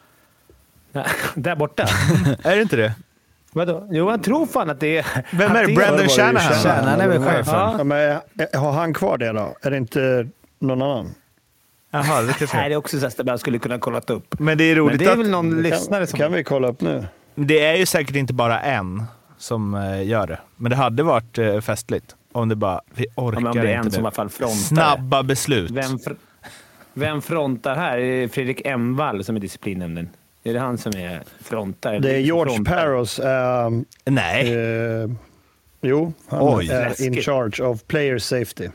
Där borta. Är det inte det? Vadå? Jo, jag tror fan att det är... Vem är det? Brandon Shanahan? Shanahan är väl chefen. Ja. Ja, men har han kvar det då? Är det inte någon annan? Jaha, det kan Nej, det är också så att jag skulle kunna kolla upp. Men det är roligt. Men det är väl att... någon kan, lyssnare som... Kan vi kolla upp nu? Det är ju säkert inte bara en som uh, gör det. Men det hade varit uh, festligt om det bara... Vi orkar ja, om det är en inte som i det. alla fall frontar. Snabba beslut. Vem, fr... Vem frontar här? Är det Fredrik Emvall som är disciplinnämnden? Är det han som är frontar? Det är George frontar? Parros. Uh, Nej. Uh, jo, han Oj. är in charge of player safety.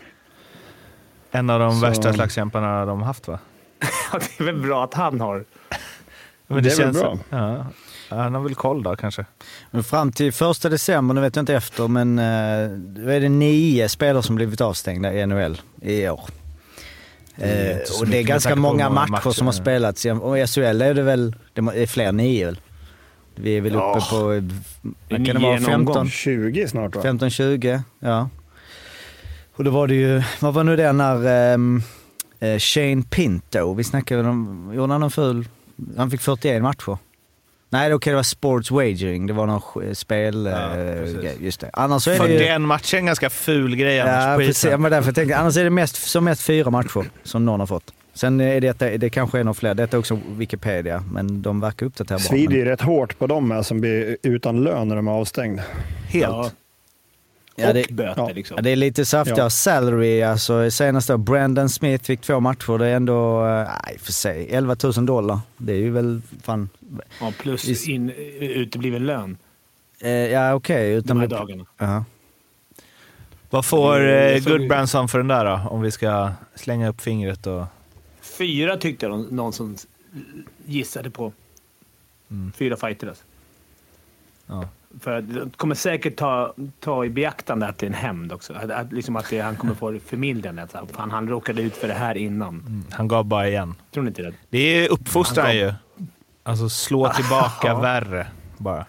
En av de Så... värsta slagskämparna de haft, va? Ja, det är väl bra att han har. Men det, det är känns väl bra. Ja. Han har väl koll då, kanske. Men fram till första december, nu vet jag inte efter, men uh, då är det nio spelare som blivit avstängda i N H L i år. Eh, och det är ganska många matcher, matcher som har spelats. Och i S H L är det väl det är fler än nio. Vi är väl uppe ja. på kan det vara femton tjugo snart, va? femton tjugo, ja. Och då var det ju, vad var nu det när um, uh, Shane Pinto, vi snackade om, gjorde han någon ful, han fick fyrtioen matcher. Nej, okej, det var sports wagering. Det var någon spel... Ja, äh, just det. Annars så är fyrtioen det ju... matcher är en ganska ful grej. Ja, precis. Men därför tänkte jag, annars är det mest, som mest fyra matcher som någon har fått. Sen är det, det, det kanske är någon fler. Detta är också Wikipedia, men de verkar uppdatera bra. Svider ju rätt hårt på dem här som blir utan lön när de är avstängda. Helt. Ja. Ja, det, och böter ja. liksom. Ja, det är lite saftigare ja. salary. Alltså, senast då, Brandon Smith fick två matcher. Det är ändå, nej för sig, elva tusen dollar. Det är ju väl fan... Ja, plus in, utebliven lön. Eh, ja, okej. Okay, utan de här dagarna. Uh-huh. Vad får eh, Goodbranson för den där då? Om vi ska slänga upp fingret och... Fyra tyckte jag någon som gissade på. Mm. Fyra fighter alltså. Ja. För de kommer säkert ta, ta i beaktande att det är en hämnd också. Att, att, liksom att det, han kommer få förmildrande. Att han, han råkade ut för det här innan. Mm. Han gav bara igen. Tror ni inte det? Det är uppfostran gav... ju. Alltså slå tillbaka värre bara.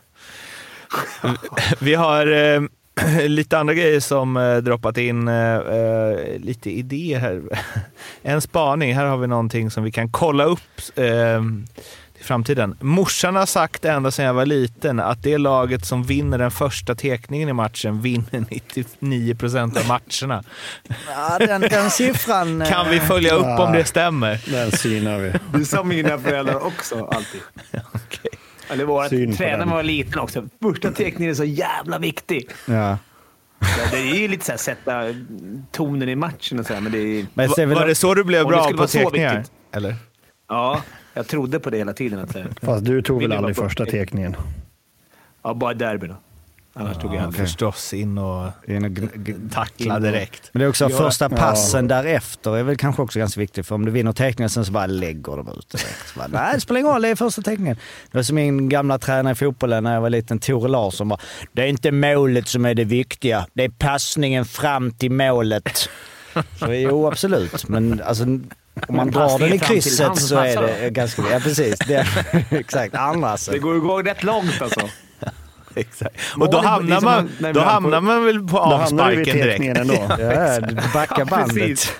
Vi har eh, lite andra grejer som eh, droppat in. Eh, lite idéer här. En spaning. Här har vi någonting som vi kan kolla upp eh, i framtiden. Morsan har sagt ända sedan jag var liten att det laget som vinner den första tekningen i matchen vinner nittionio procent av matcherna. Ja, den, den siffran... Kan vi följa upp ja, om det stämmer? Den synar vi. Det sa mina föräldrar också alltid. Okay. Eller våra tränare var liten också. Första tekningen är så jävla viktig. Ja. Det är ju lite så här sätta tonen i matchen och så här, men det är... Men var, var det så du blev bra på tekningar? Eller? Ja, jag trodde på det hela tiden. Att, fast du tog väl aldrig första tekningen? Ja, bara derby då. Annars ja, tog jag aldrig. Förstås in och, in och g- g- tackla in direkt. Men det är också ja, första passen ja. därefter är väl kanske också ganska viktigt. För om du vinner tekningen sen så bara lägger de ut direkt. Bara, nej, det spelar ingen roll, det är första tekningen. Det var som min gamla tränare i fotbollen när jag var liten, Tore Larsson, bara, det är inte målet som är det viktiga. Det är passningen fram till målet. Så jo, absolut. Men alltså... Om man drar den i krysset så är det ganska... Ja, precis. Det är, exakt. Annars. Det går ju gå rätt långt alltså. Exakt. Och då hamnar man, då hamnar man väl på avsparken direkt. Ändå. Ja, backa bandet.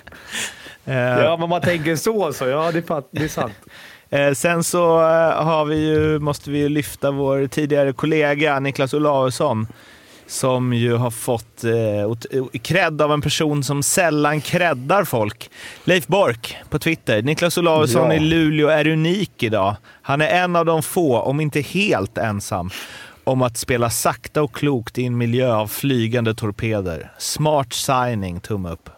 Ja, men man tänker så så. Ja, det är, det är sant. Sen så har vi ju, måste vi ju lyfta vår tidigare kollega Niklas Olausson, som ju har fått eh, cred av en person som sällan creddar folk. Leif Bork på Twitter. Niklas Olausson ja. i Luleå är unik idag. Han är en av de få, om inte helt ensam, om att spela sakta och klokt i en miljö av flygande torpeder. Smart signing, tumme upp.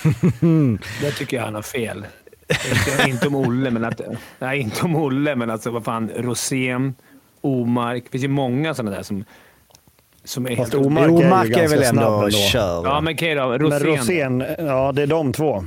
Det tycker jag han har fel. inte, inte om Olle, men att... Nej, inte om Olle, men alltså vad fan, Rosén, Omark. Det finns ju många sådana där som... som är Fast helt... Omark är, Omark ju är ganska väl snabb ändå ändå. kör. Ja, men okej då. Rosén. Men Rosén, ja det är de två.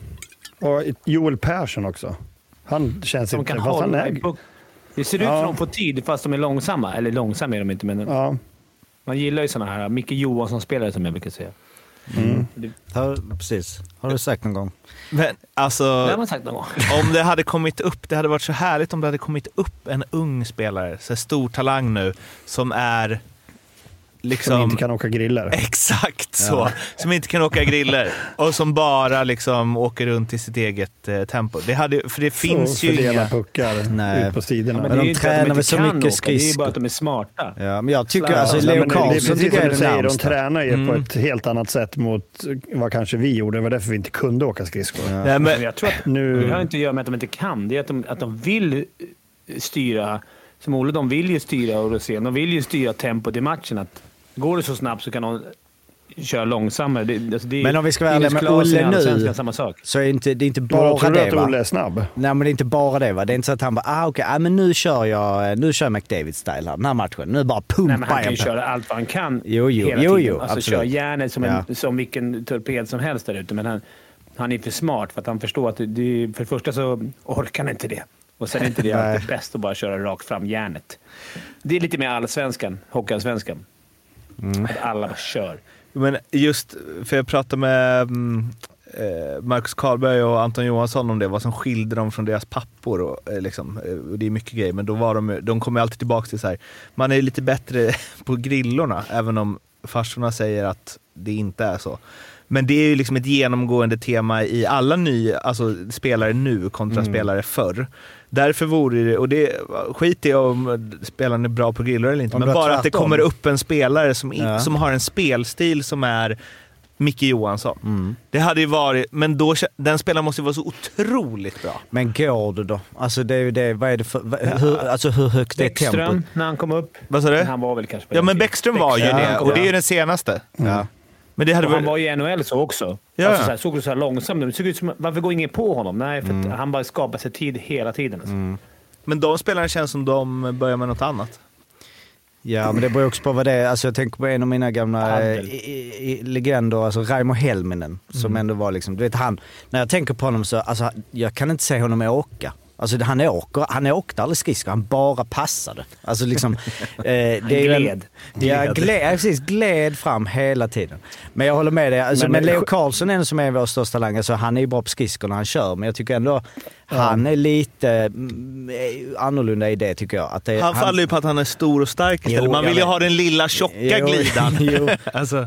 Och Joel Persson också. Han känns De inte... kan Fast han hålla är... i puck. Det ser ut Ja. som de får tid fast de är långsamma. Eller långsamma är de inte, men Ja. man gillar ju såna här Micke Johansson-spelare som jag brukar säga. Mm. Har, precis. Har du sagt någon gång? Men alltså, Det har man sagt någon gång. om det hade kommit upp, det hade varit så härligt om det hade kommit upp en ung spelare, så stor talang nu, som är liksom... Som inte kan åka griller. Exakt så. Som inte kan åka griller. Och som bara liksom åker runt i sitt eget eh, tempo. Det hade, för det finns Så ju fördela inga... puckar Nej. ut på sidorna. Men Men det är de ju inte att tränar inte väl så kan mycket åka, Det är skridskor. ju bara att de är smarta. Ja, men jag tycker Slarv. alltså Ja, Leo men det är Karlsson precis tycker jag som är du den säger, de närmsta. tränar ju Mm. på ett helt annat sätt mot vad kanske vi gjorde. Det var därför vi inte kunde åka skridskor. Ja. Nej, Men men, jag tror att Nu- det har inte att göra med att de inte kan. Det är att de, att de vill styra. Som Olle, de vill ju styra och Rosén. De vill ju styra tempot i matchen. Att går det så snabbt så kan de köra långsammare. Det, alltså det, Men om vi ska vara Linus ärliga med Klasen i Olle nu, Allsvenskan, samma sak. Så är inte, det är inte Bara bara tror du det, att va? Olle är snabb? Nej, men det är inte bara det, va? Det är inte så att han bara, ah, okej, ah, men nu kör jag, nu kör jag McDavid-style här, den här matchen. Nu bara pumpar Nej, men han kan ju jag på. köra allt vad han kan Jo, jo, hela jo, tiden. jo, alltså absolut. köra järnet som, en, Ja. som vilken torped som helst där ute. Men han, han är för smart för att han förstår att det, det, för det första så orkar han inte det. Och sen är inte det Nej. alltid bäst att bara köra rakt fram järnet. Det är lite mer allsvenskan, hockeyallsvenskan. Mm. Att alla bara kör. men just, för jag pratade med mm, eh, Marcus Karlberg och Anton Johansson om det, vad som skilde dem från deras pappor. Och, eh, liksom, eh, och det är mycket grejer, men då var de, de kommer alltid tillbaka till så här. Man är lite bättre på grillorna, även om farsorna säger att det inte är så. Men det är ju liksom ett genomgående tema i alla nya, alltså spelare nu kontra Mm. spelare förr. Därför vore det, och det skit i om spelaren är bra på grillor eller inte, Om men det var bara att det tvärtom. kommer upp en spelare som, in, Ja. som har en spelstil som är Micke Johansson. Mm. Det hade ju varit, men då, den spelaren måste ju vara så otroligt bra. Men går det då? Alltså det är ju det, vad är det för, vad, hur, alltså hur högt är tempot? Bäckström, när han kom upp. Vad sa du? Han var väl kanske på Ja, den men tiden. Bäckström var ju Ja, det, och ja. det är ju den senaste. Ja. Men det hade Och han varit... var i N H L så också. Ja. Alltså så här, såg det så här långsamt ut. Det såg ut som, varför går ingen på honom? Nej, för Mm. att han bara skapar sig tid hela tiden. Alltså. Men de spelarna känns som de börjar med något annat. Ja, men det beror också på vad det är. Alltså jag tänker på en av mina gamla eh, Handel. i, i, legender, alltså Raimo Helminen, som ändå var liksom, du vet han, när jag tänker på honom så, alltså jag kan inte se honom åka. Alltså han åker, han åkte aldrig skridskor, han bara passade. Alltså liksom... Eh, det Han är ju en- gled. Ja, gled, ja, precis, gled fram hela tiden. Men jag håller med dig, alltså, Men- men, Leo Karlsson är en som är vår största talang. Alltså, han är ju bra på skridskor när han kör, men jag tycker ändå han är lite mm, annorlunda i det tycker jag. Att det, Han faller ju på att han är stor och stark istället. Jo, Man jag vill ju vet. ha den lilla tjocka Jo, glidan. jo. alltså.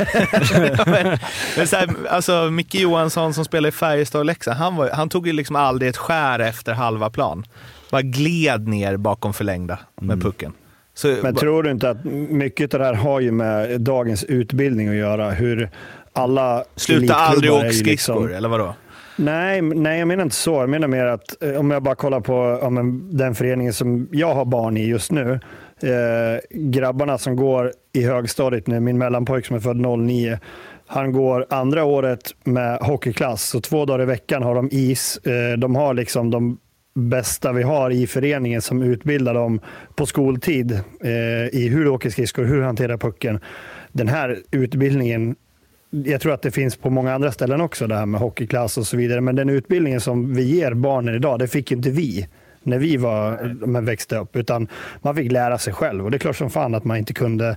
men, men så här, alltså, Micke Johansson som spelar i Färjestad och Leksand, han, var, han tog ju liksom aldrig ett skär efter halva plan. Bara gled ner bakom förlängda med pucken. Så, Men ba- tror du inte att mycket av det här har ju med dagens utbildning att göra? Hur alla Sluta aldrig elitklubbar åka är ju skridskor, liksom- eller vadå? Nej, nej, jag menar inte så. Jag menar mer att eh, om jag bara kollar på ja, men den föreningen som jag har barn i just nu. Eh, grabbarna som går i högstadiet nu, min mellanpojk som är född noll nio. Han går andra året med hockeyklass, så två dagar i veckan har de is. Eh, de har liksom de bästa vi har i föreningen som utbildar dem på skoltid eh, i hur du åker skridskor, hur du hanterar pucken. Den här utbildningen, jag tror att det finns på många andra ställen också, det här med hockeyklass och så vidare. Men den utbildningen som vi ger barnen idag, det fick inte vi när vi var, men växte upp. Utan man fick lära sig själv. Och det är klart som fan att man inte kunde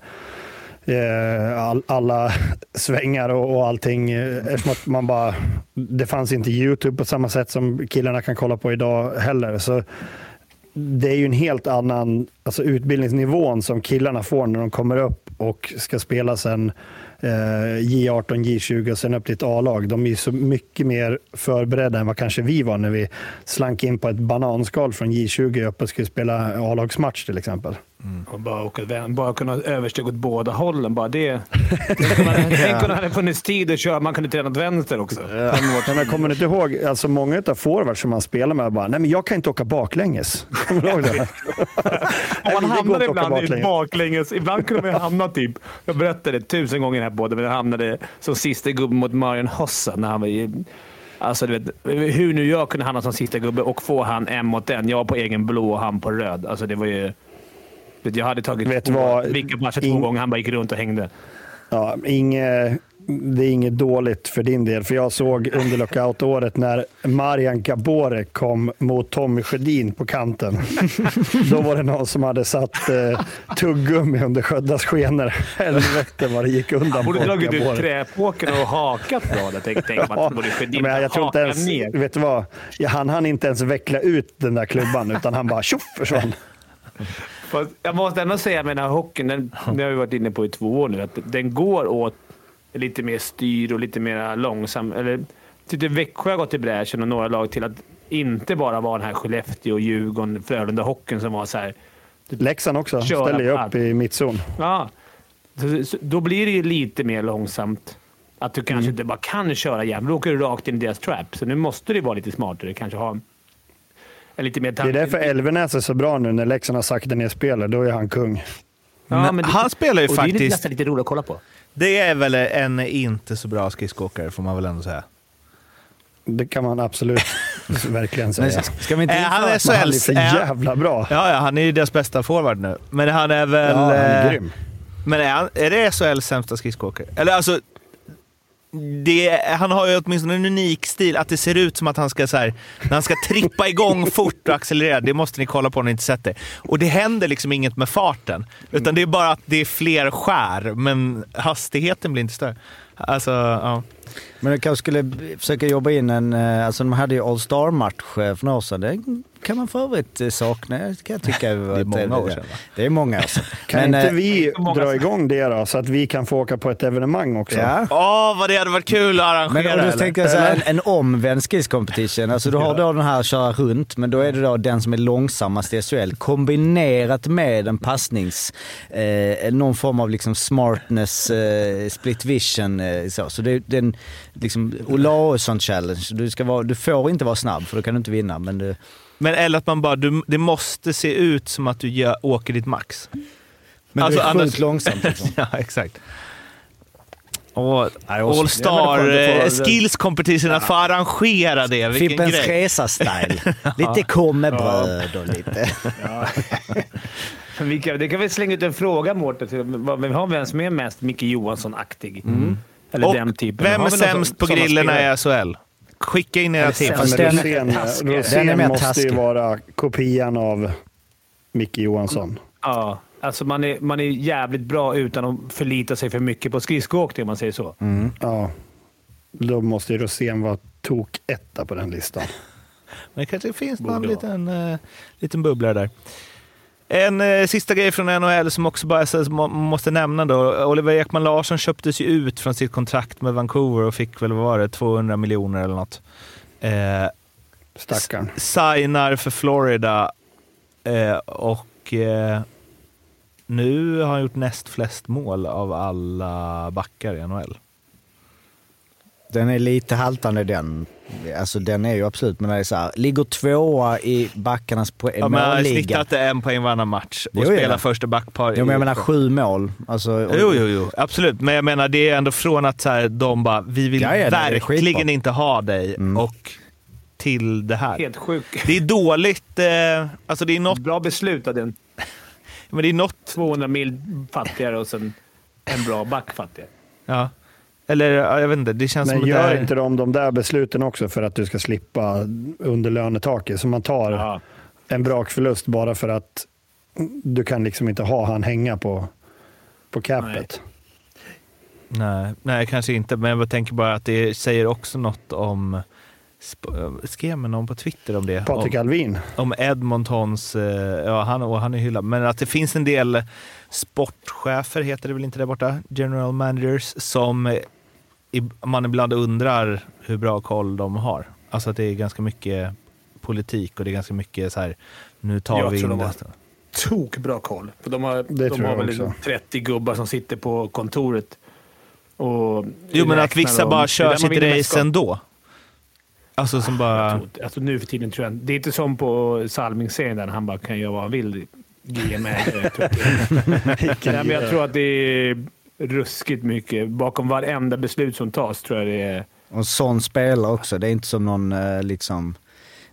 eh, all, alla svängar och, och allting. eh, Eftersom att man bara, det fanns inte YouTube på samma sätt som killarna kan kolla på idag heller. Så det är ju en helt annan alltså utbildningsnivån som killarna får när de kommer upp och ska spela sen eh, J arton, J tjugo och sen upp till ett A-lag. De är så mycket mer förberedda än vad kanske vi var när vi slank in på ett bananskal från J tjugo upp och skulle spela A-lagsmatch till exempel. Och bara, åka, bara kunna översteg åt båda hållen. Bara det. Tänk om man- tänk om det hade funnits tid att köra. Man kunde träna åt vänster också. Ja, men kommer ni inte ihåg, alltså många av forwards som man spelar med bara, nej men jag kan inte åka baklänges. Kommer du ihåg det? Och man det går hamnade inte att åka ibland i baklänges. baklänges. Ibland kunde man hamna typ, jag berättade det tusen gånger här på det, men jag hamnade som sista gubben mot Marian Hossa när han var i, alltså du vet, hur nu jag kunde hamna som sista gubbe och få han en mot en. Jag på egen blå och han på röd. Alltså det var ju, Jag hade tagit Vet två, vad, vilka matcher in, två gånger. Han bara gick runt och hängde. Ja, inge, det är inget dåligt för din del. För jag såg under lockout-året när Marian Gabore kom mot Tommy Sjödin på kanten. Då var det någon som hade satt eh, tuggummi under Sköddas skenor. Helvete vad det gick undan. Han borde dragit ut träpåken och hakat bra. Jag tänkte tänka ja, att borde Sjödin men jag tror inte ens, ner. Vet du vad? Ja, han hann inte ens veckla ut den där klubban utan han bara tjoff försvann. Jag måste ändå säga med den här hockeyn, den, det har vi varit inne på i två år nu, att den går åt lite mer styr och lite mer långsam. Eller typ Växjö har gått i bräschen och några lag till att inte bara vara den här Skellefteå och Djurgården, Frölunda hockeyn som var så här. Leksand också ställer ju upp i mittzon. Ja, så, så, då blir det ju lite mer långsamt. Att du kanske mm. inte bara kan köra jämnt. Då åker du rakt in i deras trap. Så nu måste det vara lite smartare. Kanske ha lite mer tanke. Det är därför Elvenäs är så bra nu när Leksand har sagt ner spelar. Då är han kung. Ja, men det, han spelar ju och faktiskt... Det är nästan lite roligt att kolla på. Det är väl en inte så bra skridskoåkare får man väl ändå säga. Det kan man absolut verkligen säga. Men ska vi inte äh, han är så, han är så jävla bra. Ja, ja, han är ju deras bästa forward nu. Men han är väl... Ja, han är grym. Men är, han, är det S H L:s sämsta skridskoåkare? Eller alltså... Det, han har ju åtminstone en unik stil att det ser ut som att han ska så här, när han ska trippa igång fort och accelerera, det måste ni kolla på om ni inte sett det. Och det händer liksom inget med farten, utan det är bara att det är fler skär, men hastigheten blir inte större. Alltså, ja. Men jag kanske skulle försöka jobba in en, alltså de hade ju All-Star-match för några år sedan. Det kan man för övrigt sakna, kan jag tycka. Det är många år sedan. Det är många år sedan. Kan Men, inte vi dra igång det då, så att vi kan få åka på ett evenemang också? Ja. Åh, vad det hade varit kul att arrangera. Men om du tänker så här, en, en omvänd skridskompetition. Alltså du har då den här köra runt, men då är det då den som är långsammast i S H L kombinerat med en passnings, eh, någon form av liksom smartness, eh, split vision. Eh, så så det, det är en liksom Olausson challenge. Du, ska vara, du får inte vara snabb för då kan du inte vinna. Men, du... men eller att man bara, du, det måste se ut som att du gör, åker ditt max. Men alltså, du är sjukt långsamt. Liksom. Ja, exakt. Och All-Star skills competition, att få arrangera det. Vilken Fippens grej. Resa-style. Lite kommebröd och lite... Ja. Det kan vi slänga ut en fråga, Mårten. Vi har vem som är mest Micke Johansson-aktig. Mm. Eller och den typen. Vem är sämst på grillerna i S H L? Skicka in era tips. Den, Rosén, Rosén måste taskig. ju vara kopian av Micke Johansson. Ja, alltså man är, man är jävligt bra utan att förlita sig för mycket på skridskoåkning, om man säger så. Mm. Ja, då måste ju Rosén vara tok etta på den listan. Men det kanske finns någon liten, uh, liten bubblare där. En eh, sista grej från N H L som också bara så, må, måste nämna då. Oliver Ekman Larsson köptes ju ut från sitt kontrakt med Vancouver och fick väl, vad var det, tvåhundra miljoner eller något. Eh, Stackarn. S- signar för Florida eh, och eh, nu har han gjort näst flest mål av alla backar i N H L. Den är lite haltande den. Alltså den är ju absolut, men det är så här, ligger tvåa i backarnas po- ja, men han snittat en poäng varannan match och jo, spelar ja. första backpar. Jo, men jag menar sju mål. Alltså, och... jo, jo, jo, absolut. Men jag menar, det är ändå från att så här, de bara, vi vill ja, ja, verkligen inte ha dig mm. och till det här. Helt sjuk. Det är dåligt. Eh, alltså det är något... Bra beslut av den. Men det är något... tvåhundra mil fattigare och sen en bra back fattigare. Ja. Eller jag vet inte, det känns men som gör där... inte de de där besluten också för att du ska slippa under lönetaket, så man tar ja. en brakförlust bara för att du kan liksom inte ha han hänga på på capet. Nej. nej, nej kanske inte, men jag tänker bara att det säger också något om, skrev man någon på Twitter om det? Patrik om, Alvin. Om Edmontons, ja han, och han är hyllad, men att det finns en del sportchefer, heter det väl inte där borta, general managers, som man ibland undrar hur bra koll de har. Alltså att det är ganska mycket politik och det är ganska mycket så här, nu tar jag vi in de det. Tok bra koll. För de har, de har väl liksom trettio gubbar som sitter på kontoret. Och jo, men att vissa bara kör sitt race ändå. Alltså som bara... Tror, alltså nu för tiden tror jag... Det är inte som på Salming-serien där han bara kan göra vad han vill. G M-ägare. Jag, jag tror att det är ruskigt mycket. Bakom varenda beslut som tas tror jag det är... Och sån spelar också. Det är inte som någon liksom...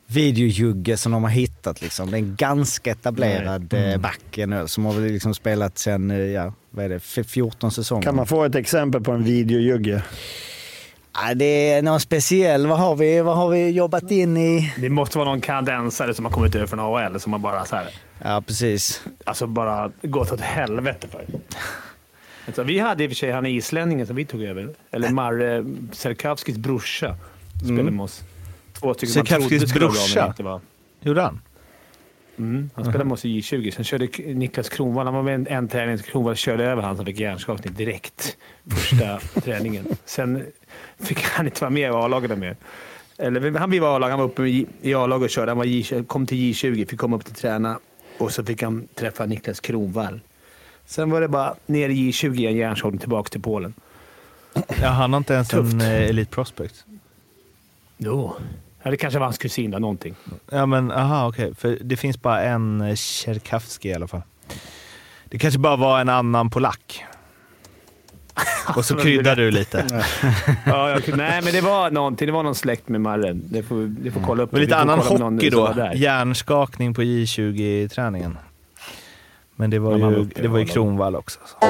videojugge som de har hittat liksom. Det är en ganska etablerad mm. back nu, som har väl liksom spelat sen, ja, vad är det, fjorton säsonger. Kan man få ett exempel på en videojugge? Ja, det är någon speciell. Vad har vi, vad har vi jobbat in i? Det måste vara någon kanadensare som har kommit över från A H L som har bara så här. Ja, precis. Alltså bara gått åt helvete för. Alltså, vi hade i och för sig han islänningen som vi tog över. Eller Marre Serkavskis brorsa spelade mm. med oss. Två stycken. Serkavskis brorsa? Gjorde han? Mm, han spelade med oss i J tjugo. Sen körde Niklas Kronwall. Han var med en, en träning. Kronwall körde över han som fick hjärnskakning direkt. Första träningen. Sen fick han inte vara med i A-laget mer. Eller han blev A-lag. Han var uppe i, i A-laget och körde. Han var J, kom till J tjugo. Fick komma upp till träna. Och så fick han träffa Niklas Kronwall. Sen var det bara ner i J tjugo igen. Hjärnskakning tillbaka till Polen. Ja, han har inte ens Tufft. en eh, elite prospect. Jo. Ja, det kanske var hans kusin där, någonting. Ja, men aha, okej. Okay. För det finns bara en Tjerkavski i alla fall. Det kanske bara var en annan polack. Och så kryddar du lite. Ja, jag, nej, men det var någonting. Det var någon släkt med Marren. Det får, det får kolla upp. Och lite annan hockey då. Hjärnskakning på J tjugo-träningen. Men det var ju, det var ju Kronwall också. Så.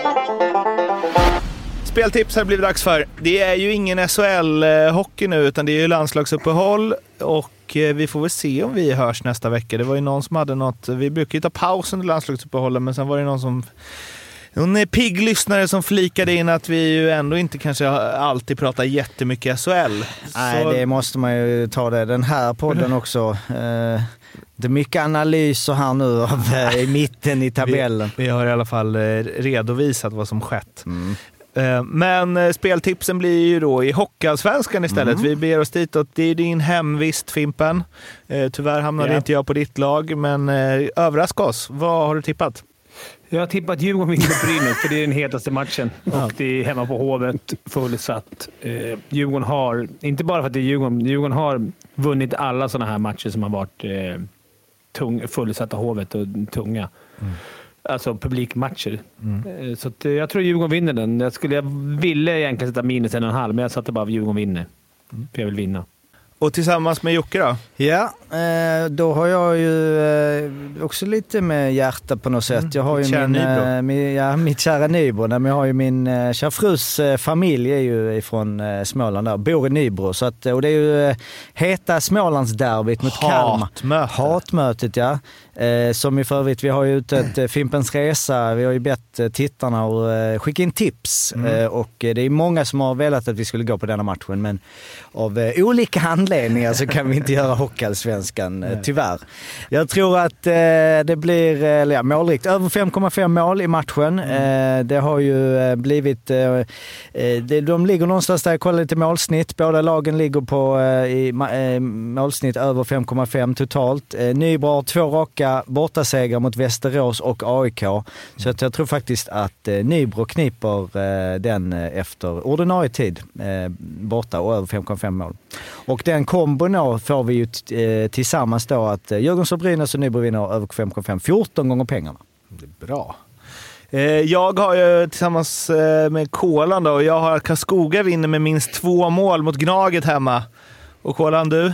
Speltips har det blivit dags för. Det är ju ingen S H L-hockey nu, utan det är ju landslagsuppehåll. Och vi får väl se om vi hörs nästa vecka. Det var ju någon som hade något... Vi brukar ju ta paus under landslagsuppehållet, men sen var det någon som... Någon pigg lyssnare som flikade in att vi ju ändå inte kanske alltid pratar jättemycket S H L. Nej, så... det måste man ju ta det. Den här podden också. Eh, det är mycket analyser här nu av, eh, i mitten i tabellen. Vi, vi har i alla fall eh, redovisat vad som skett. Mm. Eh, men eh, speltipsen blir ju då i Hockeyallsvenskan istället. Mm. Vi ber oss ditåt. Det är din hemvist, Fimpen. Eh, tyvärr hamnade yeah. inte jag på ditt lag, men eh, överraska oss. Vad har du tippat? Jag har tippat Djurgården vinner Brynäs, för det är den hetaste matchen. Ja. Och det är hemma på Hovet, fullsatt. Eh, Djurgården har, inte bara för att det är Djurgården, Djurgården har vunnit alla sådana här matcher som har varit eh, tung, fullsatta Hovet och tunga. Mm. Alltså publikmatcher. Mm. Eh, så att, eh, jag tror Djurgården vinner den. Jag, skulle, jag ville egentligen sätta minus en och en halv, men jag satte bara att Djurgården vinner. Mm. För jag vill vinna. Och tillsammans med Jocke då? Ja, då har jag ju också lite med hjärta på något sätt. Jag har ju kära min, min, ja, mitt kära Nybro. Men jag har ju min kära frus familj är ju ifrån Småland där. Bor i Nybro. Så att, och det är ju heta Smålandsderbyt mot Kalmar. Hatmötet. Hatmötet, ja. Eh, som i för övrigt, vi har ju ute ett Fimpens Resa. Vi har ju bett tittarna att skicka in tips. Mm. Eh, och det är många som har velat att vi skulle gå på denna matchen. Men av eh, olika anledningar så kan vi inte göra Hockeyallsvenskan, eh, tyvärr. Jag tror att eh, det blir eh, ja, målrikt. Över fem komma fem mål i matchen. Mm. Eh, det har ju eh, blivit... Eh, det, de ligger någonstans där, jag kollar lite målsnitt. Båda lagen ligger på eh, i, eh, målsnitt över fem komma fem totalt. Eh, Nybro har två raka bortasegrar mot Västerås och A I K. Så att jag tror faktiskt att eh, Nybro kniper eh, den efter ordinarie tid eh, borta och över fem komma fem mål. Och den kombon får vi ju t- eh, tillsammans då att eh, Djurgården och Brynäs och Nybro vinner över fem komma fem, fjorton gånger pengarna. Det är bra. Eh, jag har ju tillsammans eh, med Kolan då, och jag har att Karlskoga vinner med minst två mål mot Gnaget hemma. Och Kolan, du?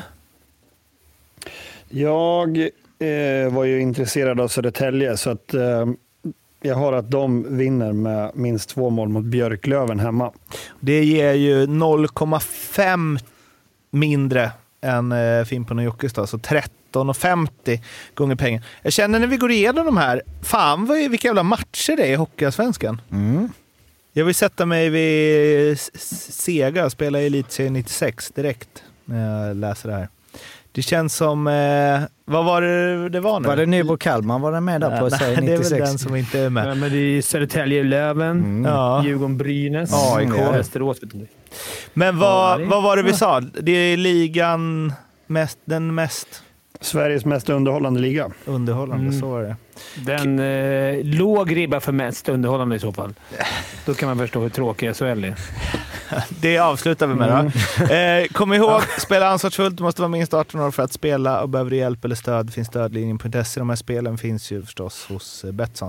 Jag eh, var ju intresserad av Södertälje, så att eh, jag har att de vinner med minst två mål mot Björklöven hemma. Det ger ju noll komma fem mindre än eh, Fimpen och Jockes då, så tretton komma femtio gånger pengar. Jag känner när vi går igenom de här, fan vad, vilka jävla matcher det är i Hockeyallsvenskan. Mm. Jag vill sätta mig vid Sega och spela i Elitserien nittiosex direkt när jag läser det här. Det känns som... Eh, vad var det det var nu? Var det Nybro Kalmar? Var det med där på nej, nittiosex? Det är väl den som inte är med. Ja, men det är Södertälje, Löven, mm. ja. Djurgården, Brynäs, A I K, ja. Västerås. Men vad, ja, vad var det vi sa? Det är ligan mest, den mest... Sveriges mest underhållande liga. Underhållande, mm. så var det. Den eh, låg ribba för mest underhållande i så fall. Då kan man förstå hur tråkig S H L är. Det avslutar vi med då. Mm. Eh, kom ihåg, spela ansvarsfullt. Du måste vara minst arton år för att spela, och behöver du hjälp eller stöd finns stödlinjen punkt se. De här spelen finns ju förstås hos Betsson.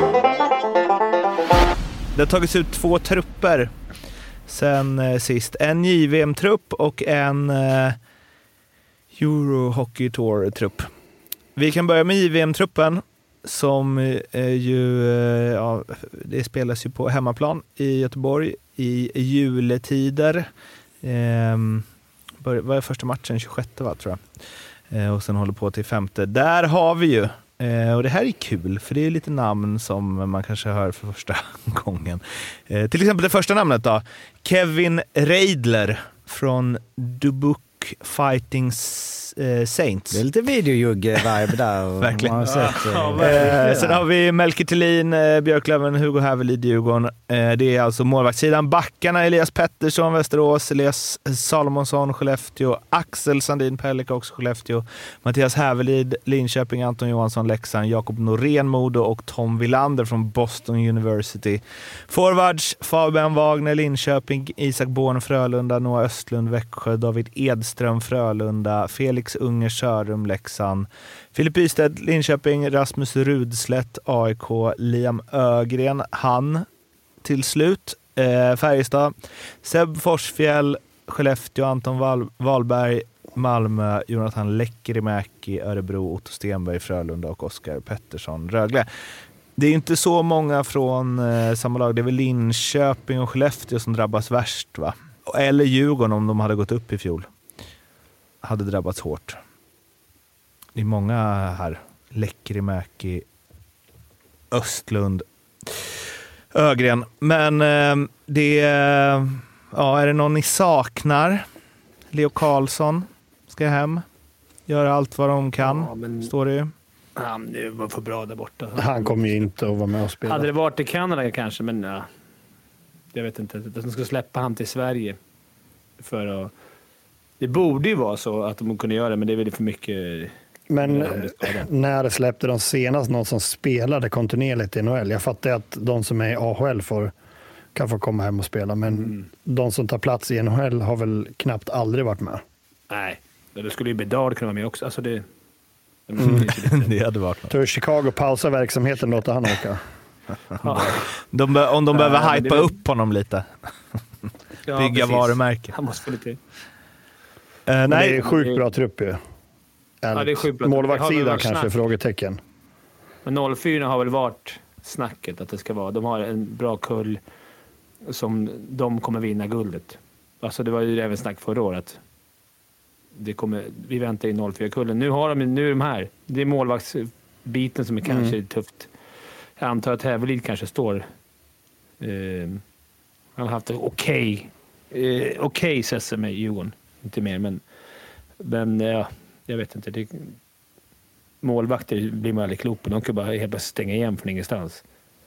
Det har tagits ut två trupper sen eh, sist. En J V M-trupp och en eh, Euro Hockey Tour-trupp. Vi kan börja med J V M-truppen som är ju, ja, det spelas ju på hemmaplan i Göteborg i juletider. Ehm, bör, vad är första matchen? tjugosjätte va, tror jag. Ehm, och sen håller på till femte. Där har vi ju, ehm, och det här är kul för det är lite namn som man kanske hör för första gången. Ehm, till exempel det första namnet då. Kevin Reidler från Dubuque Fighting Saints. Det är lite videojugg-vibe där. Verkligen. Man har sett, ja, ja, eh, sen har vi Melker Thelin, eh, Björklöven, Hugo Hävelid, Djurgården. Eh, det är alltså målvaktssidan. Backarna Elias Pettersson, Västerås, Elias Salomonsson, Skellefteå, Axel Sandin, Pellica, också Skellefteå, Mattias Hävelid, Linköping, Anton Johansson, Leksand, Jakob Norén, Modo och Tom Wilander från Boston University. Forwards, Fabian Wagner, Linköping, Isak Born, Frölunda, Noah Östlund, Växjö, David Edström, Frölunda, Felix Unger, Sörum, Leksand, Filip Ysted, Linköping, Rasmus Rudslätt, A I K, Liam Ögren, han till slut, eh, Färjestad, Seb Forsfjäll, Skellefteå, Anton Val- Wahlberg, Malmö, Jonathan Lekkerimäki, Örebro, Otto Stenberg, Frölunda och Oskar Pettersson, Rögle. Det är inte så många från eh, samma lag. Det är väl Linköping och Skellefteå som drabbas värst, va? Eller Djurgården om de hade gått upp i fjol. Hade drabbats hårt. Det är många här. Lekkerimäki, Östlund, Ögren. Men eh, det är... Ja, är det någon ni saknar? Leo Karlsson ska hem. Göra allt vad de kan, ja, men... står det ju. Han var för bra där borta. Han kommer ju inte att vara med och spela. Hade det varit i Kanada kanske, men ja, jag vet inte. De ska släppa han till Sverige. För att, det borde ju vara så att de kunde göra det, men det är väl för mycket. Men när släppte de senast någon som spelade kontinuerligt i N H L? Jag fattar att de som är i A H L får, kan få komma hem och spela, men mm. de som tar plats i N H L har väl knappt aldrig varit med. Nej, det skulle ju Bedard kunna vara med också. Alltså det... Mm. Det hade varit något. Tror du Chicago pausar verksamheten och låter han åka? Ja. De be- om de behöver ja, hypa det... upp honom lite. Ja, bygga precis. Varumärke. Han måste få lite. Uh, nej, det är sjukt bra trupp ju. Ja, det är sjukt bra. Målvaktssidan kanske, snack. Frågetecken. Men noll fyra har väl varit snacket att det ska vara. De har en bra kull som de kommer vinna guldet. Alltså det var ju även snack förra året. Det kommer, vi väntar i noll fyra-kullen. Nu, har de, nu är de här. Det är målvaktsbiten som är kanske mm. tufft. Jag antar att Hävelid kanske står... Eh, han har haft okej okay, eh, okej okay, S M med Djurgården. Inte mer, men... Men ja, jag vet inte. Det, målvakter blir man aldrig klok på. De kan bara helt bara stänga igen från ingenstans.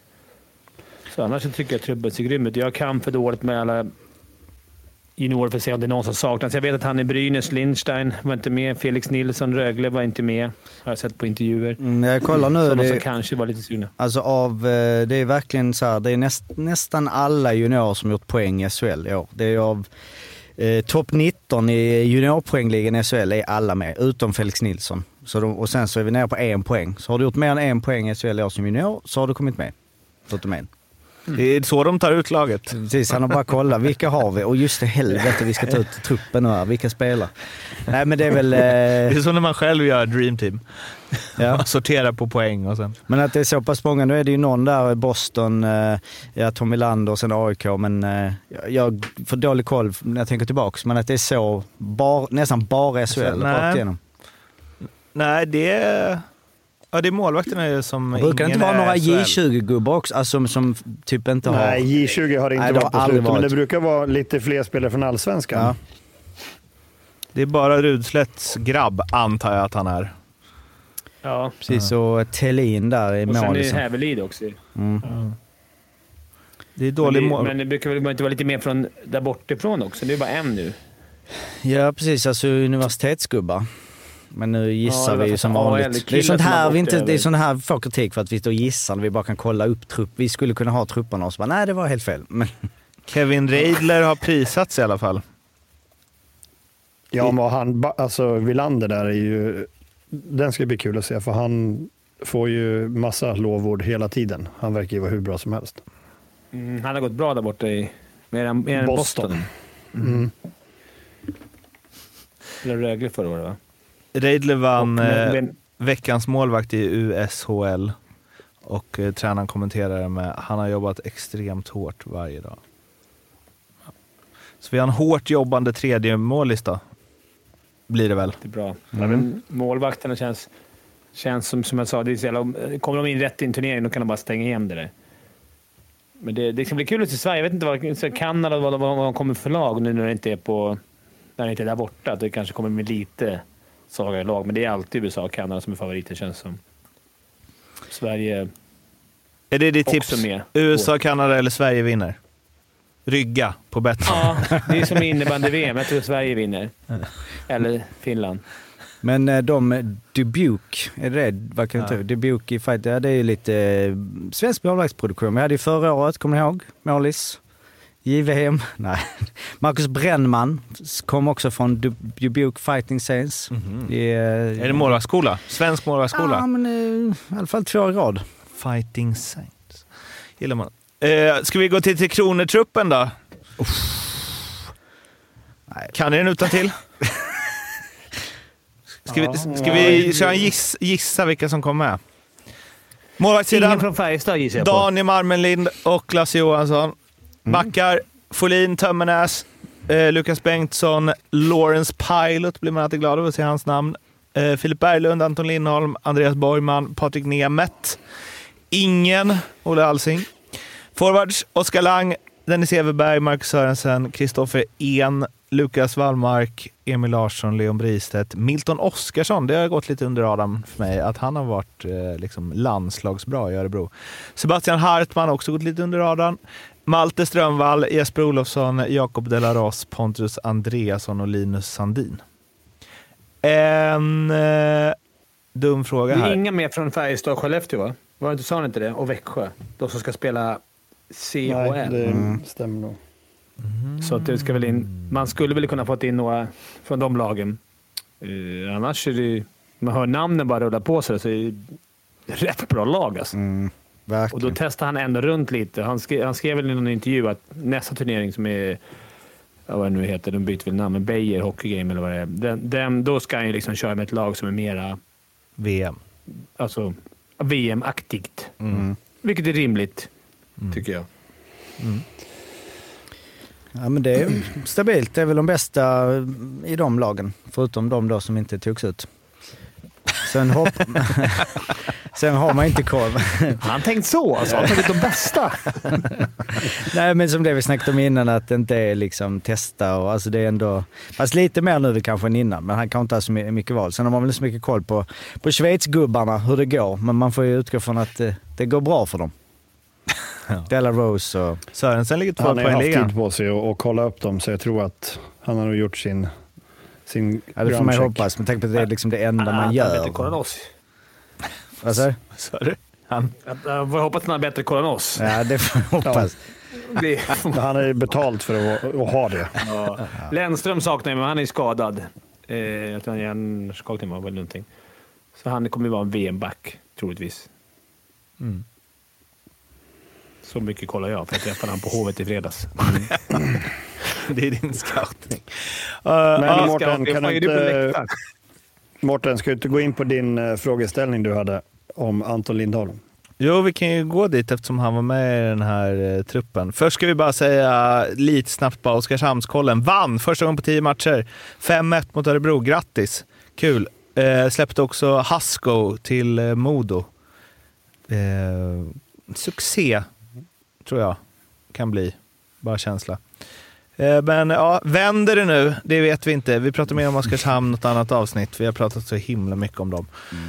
Så annars så tycker jag att truppen ser grym ut. Jag kan för dåligt med alla... juniorer för att se om det är någon som saknas. Jag vet att han är Brynäs, Lindstein var inte med. Felix Nilsson, Rögle var inte med. Har jag sett på intervjuer. Mm, jag kollar nu. Sådana det, som kanske var lite sugna. Alltså av, det är verkligen så här, det är näst, nästan alla juniorer som gjort poäng i S H L i år. Det är av eh, topp nitton i juniorpoängligan i S H L är alla med, utom Felix Nilsson. Så de, och sen så är vi nere på en poäng. Så har du gjort mer än en poäng i S H L i år som junior, så har du kommit med. Förutom en. Mm. Det är så de tar ut laget. Precis, han har bara kollat vilka har vi och just det, helvete, vi ska ta ut truppen och här, vilka spelar. Nej, men det är väl... Eh... Det är så när man själv gör Dream Team. Ja. Man sorterar på poäng och sen. Men att det är så pass många, nu är det ju någon där i Boston, eh, ja, Tommy Lander och sen A I K, men eh, jag får dålig koll när jag tänker tillbaka, men att det är så bar, nästan bara S H L rakt igenom. Nej, det är... Ja, det är målvakterna som... Det brukar inte vara några J tjugo-gubbar också, alltså, som, som typ inte har... Nej, J tjugo har inte Nej, varit på slutet, men det brukar vara lite fler spelare från Allsvenskan. Ja. Det är bara Rudslätts grabb, antar jag att han är. Ja. Precis, och Thelin där i mål. Och sen är liksom. det Hävelid också. Mm. Ja. Det är dålig mål. Men det brukar väl inte vara lite mer från där bortifrån också? Det är bara en nu. Ja, precis. Alltså universitetsgubbar. Men nu gissar ja, vi ju som vanligt. Det är sånt här vi inte, det är sånt här vi får kritik för att vi står och gissar när vi bara kan kolla upp trupp. Vi skulle kunna ha trupperna och så bara, nej, det var helt fel. Men... Kevin Reidler har prisats i alla fall. Ja, men han, alltså Wilander där är ju, den ska bli kul att se, för han får ju massa lovord hela tiden. Han verkar ju vara hur bra som helst. Mm, han har gått bra där borta i mer än, mer än Boston. Boston. Mm. Eller Rögle förra året, va? Reidler vann Och, eh, men, veckans målvakt i U S H L och eh, tränaren kommenterar med han har jobbat extremt hårt varje dag. Så vi har en hårt jobbande tredje mållista. Blir det väl. Det är bra. Mm. Ja, men målvakterna känns, känns som, som jag sa, det är så jävla, kommer de in rätt i en turnering då kan de bara stänga hem det där. Men det, det ska bli kul att se Sverige. Jag vet inte vad så Kanada vad, vad, vad de kommer för lag nu när det inte är på när det inte är där borta. Att det kanske kommer med lite svagare lag. Men det är alltid U S A och Kanada som är favoriter känns som. Sverige är det ditt tips? Med. U S A, Kanada eller Sverige vinner? Rygga på Betsson. Ja, det är som innebandy-V M. Jag tror Sverige vinner. Eller Finland. Men de Dubuque, är det det? Vad kan jag ta? Dubuque i fight, ja, det är ju lite eh, svensk målvaktsproduktion. Vi hade ju förra året, kommer ni ihåg? Målis. J V M. Nej. Marcus Brännman kom också från Dubuque Fighting Saints. Mm-hmm. Det är, är det målvaktsskola? Svensk målvaktsskola? Ja, men eh, i alla fall två i rad. Fighting Saints. Gillar man. Eh, ska vi gå till till Kronor-truppen då? Nej. Kan ni den utan till? Ska vi, ska vi köra en giss, gissa vilka som kommer med? Målvaktssidan. Ingen från Färjestad gissar jag på. Daniel Marmenlind och Lasse Johansson. Mm. Backar, Folin, Tömmernes, eh, Lukas Bengtsson, Lawrence Pilot blir man alltid glad över att se hans namn. Eh, Filip Berglund, Anton Lindholm, Andreas Borgman, Patrik Nemeth. Ingen, Olle Alsing. Forwards, Oskar Lang, Dennis Everberg, Marcus Sörensen, Kristoffer En, Lukas Wallmark, Emil Larsson, Leon Bristedt, Milton Oskarsson. Det har gått lite under radarn för mig att han har varit eh, liksom landslagsbra i Örebro. Sebastian Hartman har också gått lite under radarn. Malte Strömvall, Jesper Olofsson, Jakob Delaros, Pontus Andreasson och Linus Sandin. En eh, dum fråga här. Det är inga mer från Färjestad och Skellefteå, va? Var inte, sa han inte det? Och Växjö. De som ska spela C H L. Nej, det mm. stämmer nog. Mm. Så att det ska väl in, man skulle väl kunna få in några från de lagen. Uh, annars är det, man hör namnen bara rulla på sig så är det rätt bra lag alltså. Mm, och då testar han ändå runt lite. Han skrev, han skrev väl i någon intervju att nästa turnering som är, ja, vad det nu heter, de byter väl namn, men Beijer Hockey Game eller vad det är. Den, den, då ska han ju liksom köra med ett lag som är mera V M. Alltså V M-aktigt. Mm. Vilket är rimligt, mm. tycker jag. Mm. Ja, men det är stabilt. Det är väl de bästa i de lagen. Förutom de då som inte togs ut. Sen, hopp... Sen har man inte koll. Han tänkt så. Alltså. Han tagit de bästa. Nej, men som det vi snackade om innan, att det inte är liksom testa. Och, alltså det är ändå... Fast lite mer nu kanske än innan. Men han kan inte ha så mycket val. Sen har man väl så mycket koll på, på Schweiz-gubbarna, hur det går. Men man får ju utgå från att det, det går bra för dem. Ja. Della Rose och Sörensen ligger två på på en liga. Han har haft tid på sig och, och kolla upp dem, så jag tror att han har nog gjort sin sin ja, det får man ju hoppas, men tänk på att det är liksom det enda ah, man gör. Han har bättre koll än oss. Vad sa du? Sorry. Han jag får hoppas att han har bättre koll än oss. Ja, det får jag hoppas. Ja. Han är betalt för att, att ha det. Ja. Lennström saknar ju, men han är skadad. Eh, jag tror han är hjärnskakning var väl någonting. Så han kommer ju vara en V M-back, troligtvis. Mm. Så mycket kollar jag, för jag träffade han på Hovet i fredags. Mm. Det är din scouting. Uh, Men uh, Mårten, kan du inte... Mårten, ska du inte gå in på din uh, frågeställning du hade om Anton Lindholm? Jo, vi kan ju gå dit eftersom han var med i den här uh, truppen. Först ska vi bara säga uh, lite snabbt på Oskarshamnskollen. Vann första gången på tio matcher. fem ett mot Örebro. Grattis! Kul. Uh, släppte också Hasko till uh, Modo. Uh, succé, tror jag, kan bli. Bara känsla. Men ja, vänder det nu? Det vet vi inte. Vi pratar mer om Oskarshamn något annat avsnitt. Vi har pratat så himla mycket om dem. Mm.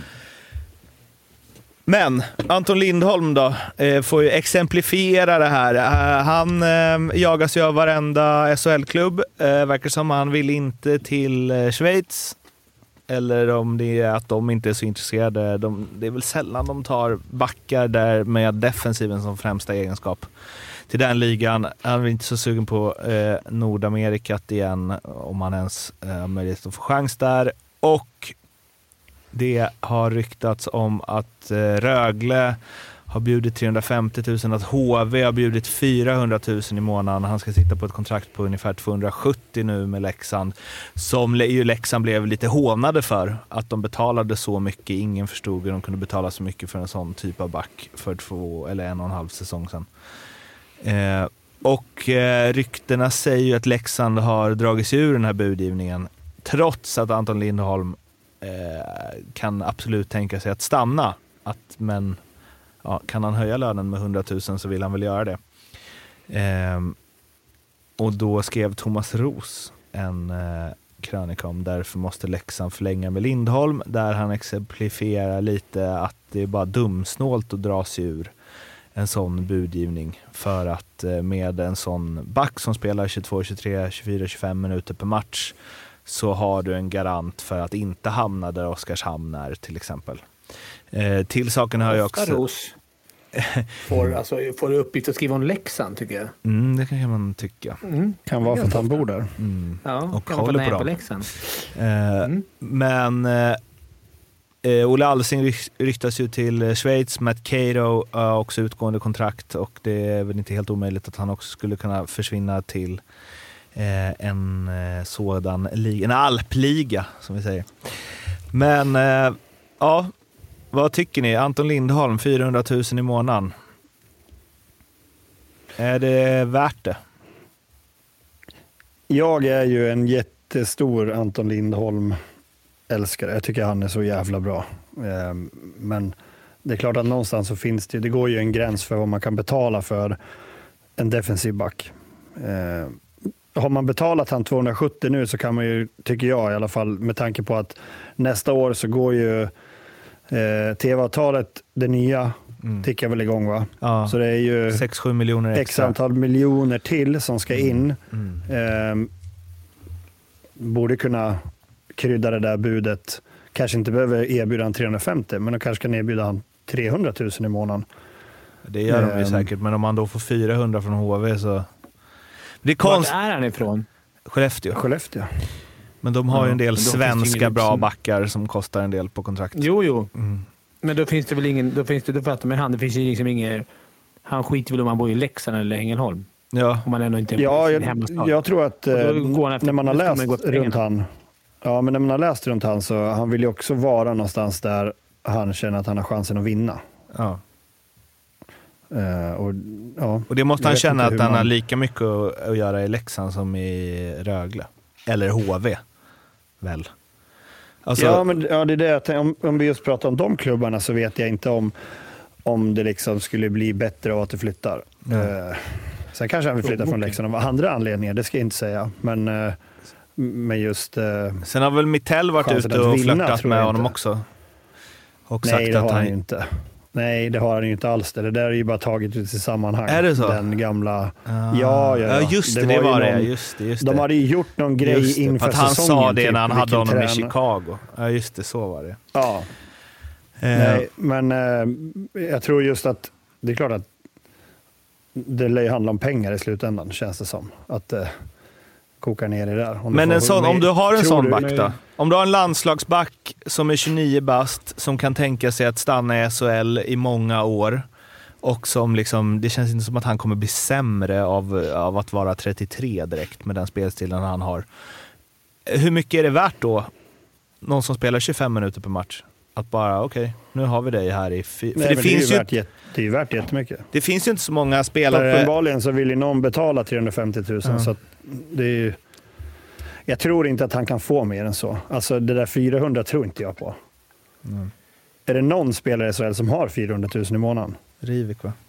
Men Anton Lindholm då eh, får ju exemplifiera det här. Eh, han eh, jagas ju av varenda S H L-klubb. Eh, verkar som han vill inte till eh, Schweiz. Eller om det är att de inte är så intresserade. De, det är väl sällan de tar backar där med defensiven som främsta egenskap. Till den ligan. Han är inte så sugen på eh, Nordamerikat igen, om han ens har eh, möjlighet att få chans där. Och det har ryktats om att eh, Rögle har bjudit trehundrafemtio tusen, att H V har bjudit fyrahundra tusen i månaden. Han ska sitta på ett kontrakt på ungefär tvåhundrasjuttio nu med Leksand, som ju Leksand blev lite hånade för, att de betalade så mycket. Ingen förstod hur de kunde betala så mycket för en sån typ av back för två eller en och en halv säsong sedan. Eh, och eh, ryktena säger ju att Leksand har dragit sig ur den här budgivningen, trots att Anton Lindholm eh, kan absolut tänka sig att stanna. Att, men ja, kan han höja lönen med hundratusen så vill han väl göra det. Eh, och då skrev Thomas Ros en eh, krönika om därför måste Leksand förlänga med Lindholm, där han exemplifierar lite att det är bara dumsnålt att dra sig ur en sån budgivning, för att eh, med en sån back som spelar tjugotvå, tjugotre, tjugofyra, tjugofem minuter per match så har du en garant för att inte hamna där Oskarshamn är till exempel. Eh, till saken har jag också... Ros får, alltså, får uppgift att skriva om Leksand, tycker jag. Mm, det kan man tycka. Mm. Kan vara för att han bor där. Mm. Ja, och kan håller på, på Leksand. Eh, mm. Men eh, Olle Alsing ryktas ju till Schweiz. Matt Cato har också utgående kontrakt, och det är väl inte helt omöjligt att han också skulle kunna försvinna till eh, en eh, sådan liga, en alpliga som vi säger. Men eh, ja, vad tycker ni? Anton Lindholm, fyrahundratusen i månaden. Är det värt det? Jag är ju en jättestor Anton Lindholm älskare. Jag tycker han är så jävla bra. Men det är klart att någonstans så finns det, det går ju en gräns för vad man kan betala för en defensiv back. Har man betalat han tvåhundrasjuttio nu så kan man ju, tycker jag i alla fall, med tanke på att nästa år så går ju eh, tv-avtalet, det nya, mm. tickar väl igång, va? Ja. Så det är ju sex sju miljoner extra. X antal miljoner till som ska in. Mm. Mm. Eh, borde kunna krydda det där budet. Kanske inte behöver erbjuda han trehundrafemtio, men de kanske kan erbjuda han trehundratusen i månaden. Det gör de ju um, säkert, men om man då får fyrahundra från H V så... Det är konst... Var är han ifrån? Skellefteå. Skellefteå. Men de har ja, ju en del svenska bra som... backar som kostar en del på kontrakt. Jo, jo. Mm. Men då finns det väl ingen... Då finns det, då fattar man han. Det finns ju liksom ingen... Han skiter väl om man bor i Leksand eller Ängelholm. Ja. Om man ändå inte ja, jag, jag tror att eh, när man har läst runt han... Ja, men när man har läst runt han så han vill ju också vara någonstans där han känner att han har chansen att vinna. Ja. Uh, och, ja, och det måste han känna att han man... har lika mycket att, att göra i Leksand som i Rögle. Eller H V, väl? Alltså... Ja, men ja, det är det. Om, om vi just pratar om de klubbarna så vet jag inte om, om det liksom skulle bli bättre av att du flyttar. Mm. Uh, sen kanske han vill flytta från Leksand av andra anledningar, det ska jag inte säga. Men... Uh, med just uh, sen har väl Mittell varit ute och flörtat med honom också. Och Nej, sagt det att har han han ju inte. Nej, det har han ju inte alls. Det, det där är ju bara taget ut i sammanhang. Är det så? Den gamla... Ah. Ja, ja, ja. ja, just det, det, det var, var det. Någon... Just det, just de det. hade ju gjort någon grej inför att han säsongen. sa det typ, när han hade honom träna. i Chicago. Ja, just det, så var det. Ja. Eh. Nej, men eh, jag tror just att det är klart att det lär ju handla om pengar i slutändan, känns det som. Att... Eh, kokar ner i det där. Om Men du en sån, om du har en sån back då? Om du har en landslagsback som är tjugonio bast, som kan tänka sig att stanna i S H L i många år, och som liksom, det känns inte som att han kommer bli sämre av, av att vara trettiotre direkt med den spelstilen han har. Hur mycket är det värt då? Någon som spelar tjugofem minuter per match? Att bara, okej, okay, nu har vi dig här i... Fy- Nej, För det, det, finns är ju ju värt, jät- det är ju värt jättemycket. Det finns ju inte så många spelare... Uppenbarligen så vill ju någon betala trehundrafemtio tusen, Mm. så att det är ju... Jag tror inte att han kan få mer än så. Alltså det där fyrahundra tror inte jag på. Mm. Är det någon spelare i S H L som har fyrahundra tusen i månaden? Rivik, va?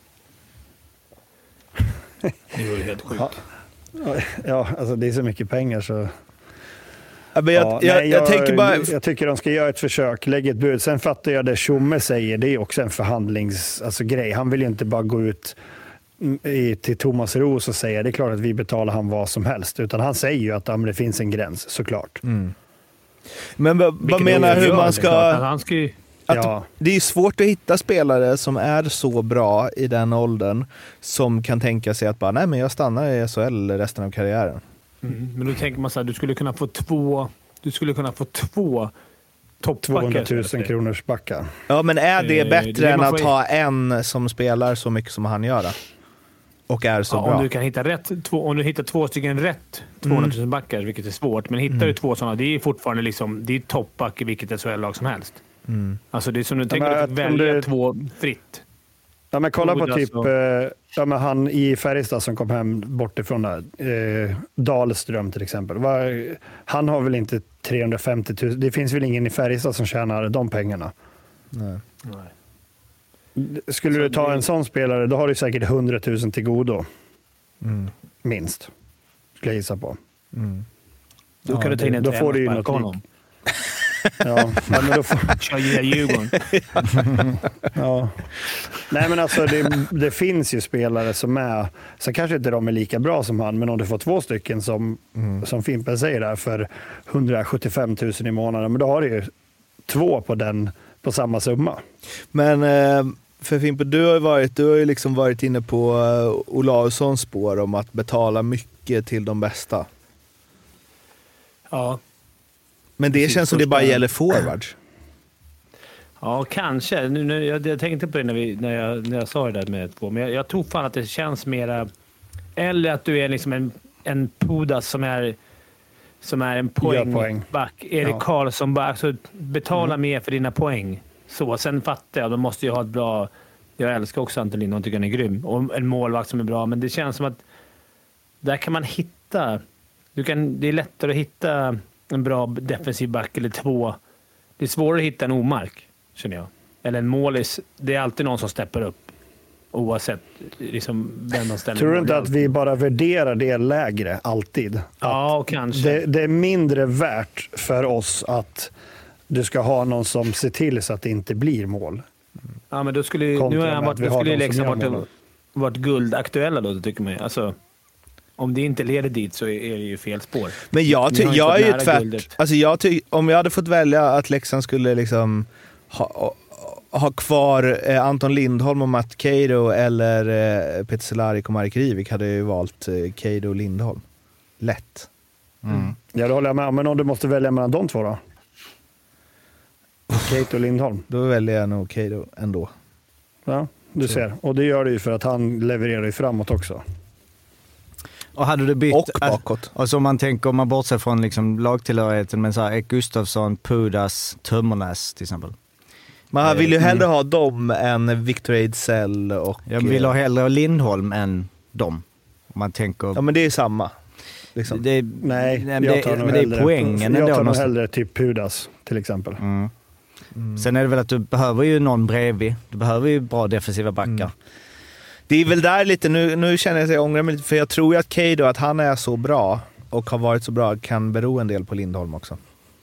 Det är ju helt sjukt. Ja, ja, alltså det är så mycket pengar så... Ja, men jag, ja, jag, nej, jag, jag, tänker bara... jag tycker de ska göra ett försök, lägga ett bud. Sen fattar jag det Tjomme säger, det är också en förhandlings, alltså, grej. Han vill ju inte bara gå ut i, till Thomas Ros och säga det är klart att vi betalar han vad som helst. Utan han säger ju att ja, det finns en gräns, såklart. Mm. Men vad, vad menar hur man ska... Han ska ju... Att ja. Det är svårt att hitta spelare som är så bra i den åldern som kan tänka sig att bara, nej men jag stannar i S H L resten av karriären. Mm. Men då tänker man så här, du skulle kunna få två du skulle kunna få två tvåhundratusen kronors backar. Ja, men är det bättre det, det än att får... ha en som spelar så mycket som han gör? Och är så ja, bra. Om du kan hitta rätt, två, om du hittar två stycken rätt tvåhundratusen mm. backar, vilket är svårt, men hittar mm. du två sådana, det är fortfarande liksom, det är toppback i vilket S H L-lag som helst. Mm. Alltså det är som du tänker ja, att välja du... två fritt. Ja, men kolla på typ alltså... eh, ja, men han i Färjestad som kom hem bortifrån där. Eh, Dahlström till exempel. Var, han har väl inte trehundrafemtio tusen. Det finns väl ingen i Färjestad som tjänar de pengarna. Nej. Nej. Skulle så du ta det... en sån spelare, då har du säkert hundratusen till godo. Mm. Minst. Skulle jag gissa på. Mm. Då kan ja, du ta in en då får du ju något honom. Ja, men då får... Kör ju Djurgården. Ja. Nej, men alltså det, det finns ju spelare som är, så kanske inte de är lika bra som han, men om du får två stycken som, mm. som Fimpen säger där för hundrasjuttiofem tusen i månaden, men då har du ju två på den på samma summa. Men eh, för Fimpen, du har ju varit, du har ju liksom varit inne på uh, Olaussons spår om att betala mycket till de bästa. Ja. Men det Precis, känns som det bara gäller forwards. Ja, kanske. Nu, nu, jag, jag tänkte på det när, vi, när, jag, när jag sa det där med två. Men jag, jag tror fan att det känns mera... Eller att du är liksom en, en Pudas som är, som är en poängback. Erik ja. Karlsson bara alltså, betala mm. mer för dina poäng. Så, sen fattar jag. De måste ju ha ett bra... Jag älskar också Anton Lindholm, tycker han är grym. Och en målvakt som är bra. Men det känns som att där kan man hitta... Du kan, det är lättare att hitta... en bra defensiv back eller två. Det är svårare att hitta en omark, känner jag. Eller en målis. Det är alltid någon som steppar upp. Oavsett liksom, vem de ställer. Tror du inte att vi bara värderar det lägre alltid? Ja, och kanske. Det, det är mindre värt för oss att du ska ha någon som ser till så att det inte blir mål. Ja, men då skulle, nu har jag varit, då skulle liksom varit, varit guldaktuella då, tycker man. Alltså, om det inte leder dit så är det ju fel spår. Men jag, ty- jag är ju tvärt. Alltså jag ty- om jag hade fått välja att Leksand skulle liksom ha, ha kvar eh, Anton Lindholm och Matt Keido eller eh, Peter Cehlarik och Marek Rivik, hade jag ju valt eh, Keido och Lindholm. Lätt. Mm. Ja, det håller jag med. Men om du måste välja mellan de två då? Keido och Lindholm. Då väljer jag nog Keido ändå. Ja, du så. Ser. Och det gör du ju för att han levererar ju framåt också. Och hade du bytt... Och bakåt. Alltså om man tänker, om man bortser från liksom lagtillhörigheten med så här Ek Gustafsson, Pudas, Tömmernes till exempel. Man vill ju hellre ha dem än Victor Ejdsell och... Jag vill ha hellre Lindholm än dem. Om man tänker... Ja, men det är samma. Liksom. Det är, nej, nej, jag tar det, men det är poängen. Jag tar nog hellre typ Pudas till exempel. Mm. Mm. Sen är det väl att du behöver ju någon bredvid. Du behöver ju bra defensiva backar. Mm. Det är väl där lite, nu, nu känner jag att jag ångrar mig lite, för jag tror ju att Keido, att han är så bra och har varit så bra, kan bero en del på Lindholm också.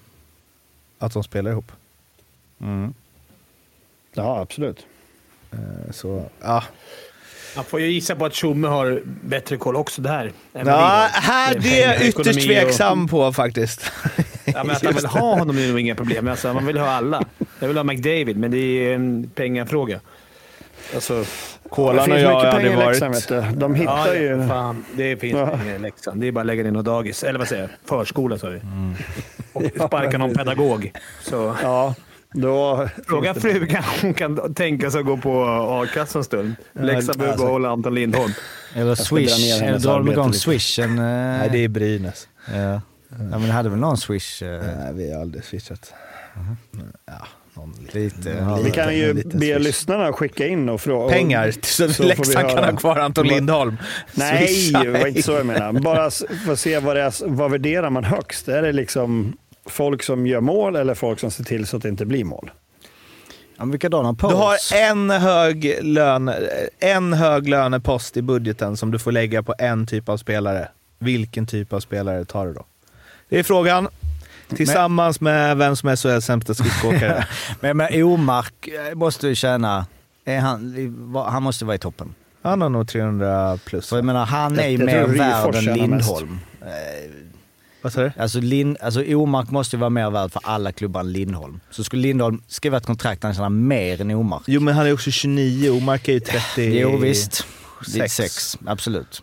Att de spelar ihop. Mm. Ja, absolut. Uh, så, ja. Man får ju gissa på att Tjomme har bättre koll också där. Ja, här det är jag ytterst tveksam och... på faktiskt. Ja, men att man vill ha honom är nog inga problem. Alltså, man vill ha alla. Jag vill ha McDavid, men det är en pengafråga. Alltså, Kolan och jag hade varit... Leksand, de hittar ja, ju... Fan, det finns ja. pengar i Leksand. Det är bara att lägga in något dagis. Eller vad säger jag? Förskola, sa vi. Mm. Och sparka någon pedagog. Så... Ja. Då fråga frugan, hon kan tänka sig att gå på A-kassan stund. Leksand behöver hålla Anton Lindholm. Eller Swish. Eller drar de igång Swish? En, Nej, det är Brynäs. Ja. Ja, men det hade väl någon Swish? Nej, vi har aldrig swishat. Uh-huh. Ja, någon lite. Ja, vi kan ju be swish. Lyssnarna skicka in och fråga. Pengar, så, så Leksand kan ha kvar Anton Lindholm. Nej, det var inte så jag menar. Bara för att se vad det är, vad värderar man högst? Är det liksom... folk som gör mål eller folk som ser till så att det inte blir mål? Ja, vilka dagar på du har en hög lön, en hög lönepost i budgeten som du får lägga på en typ av spelare. Vilken typ av spelare tar du då? Det är frågan. Tillsammans men, med vem som är så sämsta skridskoåkare. Men med Omark måste du känna, är han, han måste vara i toppen. Han har nog trehundra plus. För jag menar, han är ju mer värd än Lindholm. Vad sa du? Alltså, Lind, alltså Omark måste ju vara mer värd för alla klubbar än Lindholm. Så skulle Lindholm skriva ett kontrakt han tjänar mer än Omark. Jo, men han är också tjugonio. Omark är ju trettio. Jo, visst. trettiosex, absolut.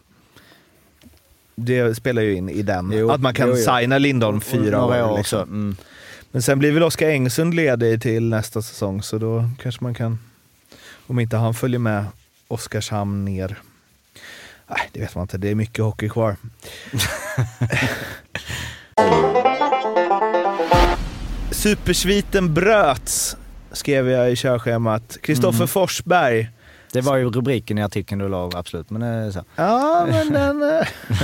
Det spelar ju in i den. Jo, att man kan jo, jo. signa Lindholm fyra år. år liksom. mm. Men sen blir väl Oskar Engsund ledig till nästa säsong, så då kanske man kan, om inte han följer med Oskarshamn ner. Nej, det vet man inte. Det är mycket hockey kvar. Supersviten bröts, skrev jag i körschemat. Kristoffer mm. Forsberg. Det var ju rubriken i artikeln du la, absolut. Men det är så. Ja, men den...